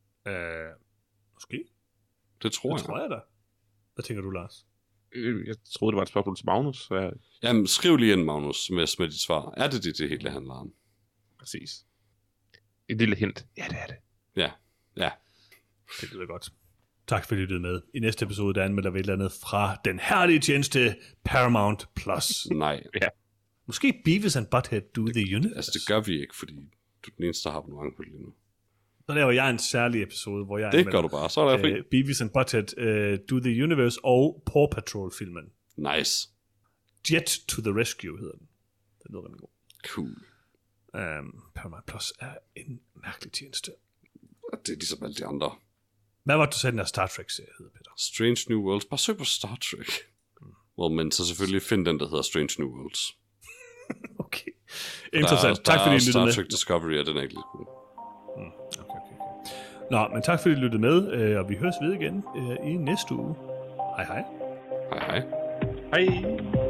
Måske. Det tror jeg da. Hvad tænker du, Lars? Jeg troede, det var et spørgsmål til Magnus. Så Jamen, skriv lige ind, Magnus, med dit svar. Er det hele handler om? Præcis. Et lille hint. Ja, det er det. Ja. Det lyder godt. Tak fordi I lyttede med. I næste episode, der anmelder vi et eller andet fra den herlige tjeneste Paramount Plus. Nej. Ja. Måske Beavis and Butthead Do The Universe. Altså, det gør vi ikke, fordi du er den eneste, der har abonnement på det lige nu. Så laver jeg en særlig episode, hvor jeg det gør du bare, så er der fri. Beavis and Butthead Do The Universe og Paw Patrol-filmen. Nice. Jet to the Rescue hedder den. Den lyder rigtig god. Cool. Paramount Plus er en mærkelig tjeneste. Det er ligesom alle de andre. Hvad var det, du sagde, den der Star Trek-serie hedder, Peter? Strange New Worlds. Bare søg på Star Trek. Men så selvfølgelig find den, der hedder Strange New Worlds. Okay. Interessant. Tak fordi I lyttede med. Star Trek Discovery, og den er ikke lidt god. Okay. Nå, men tak fordi I lyttede med, og vi høres ved igen i næste uge. Hej. Hej.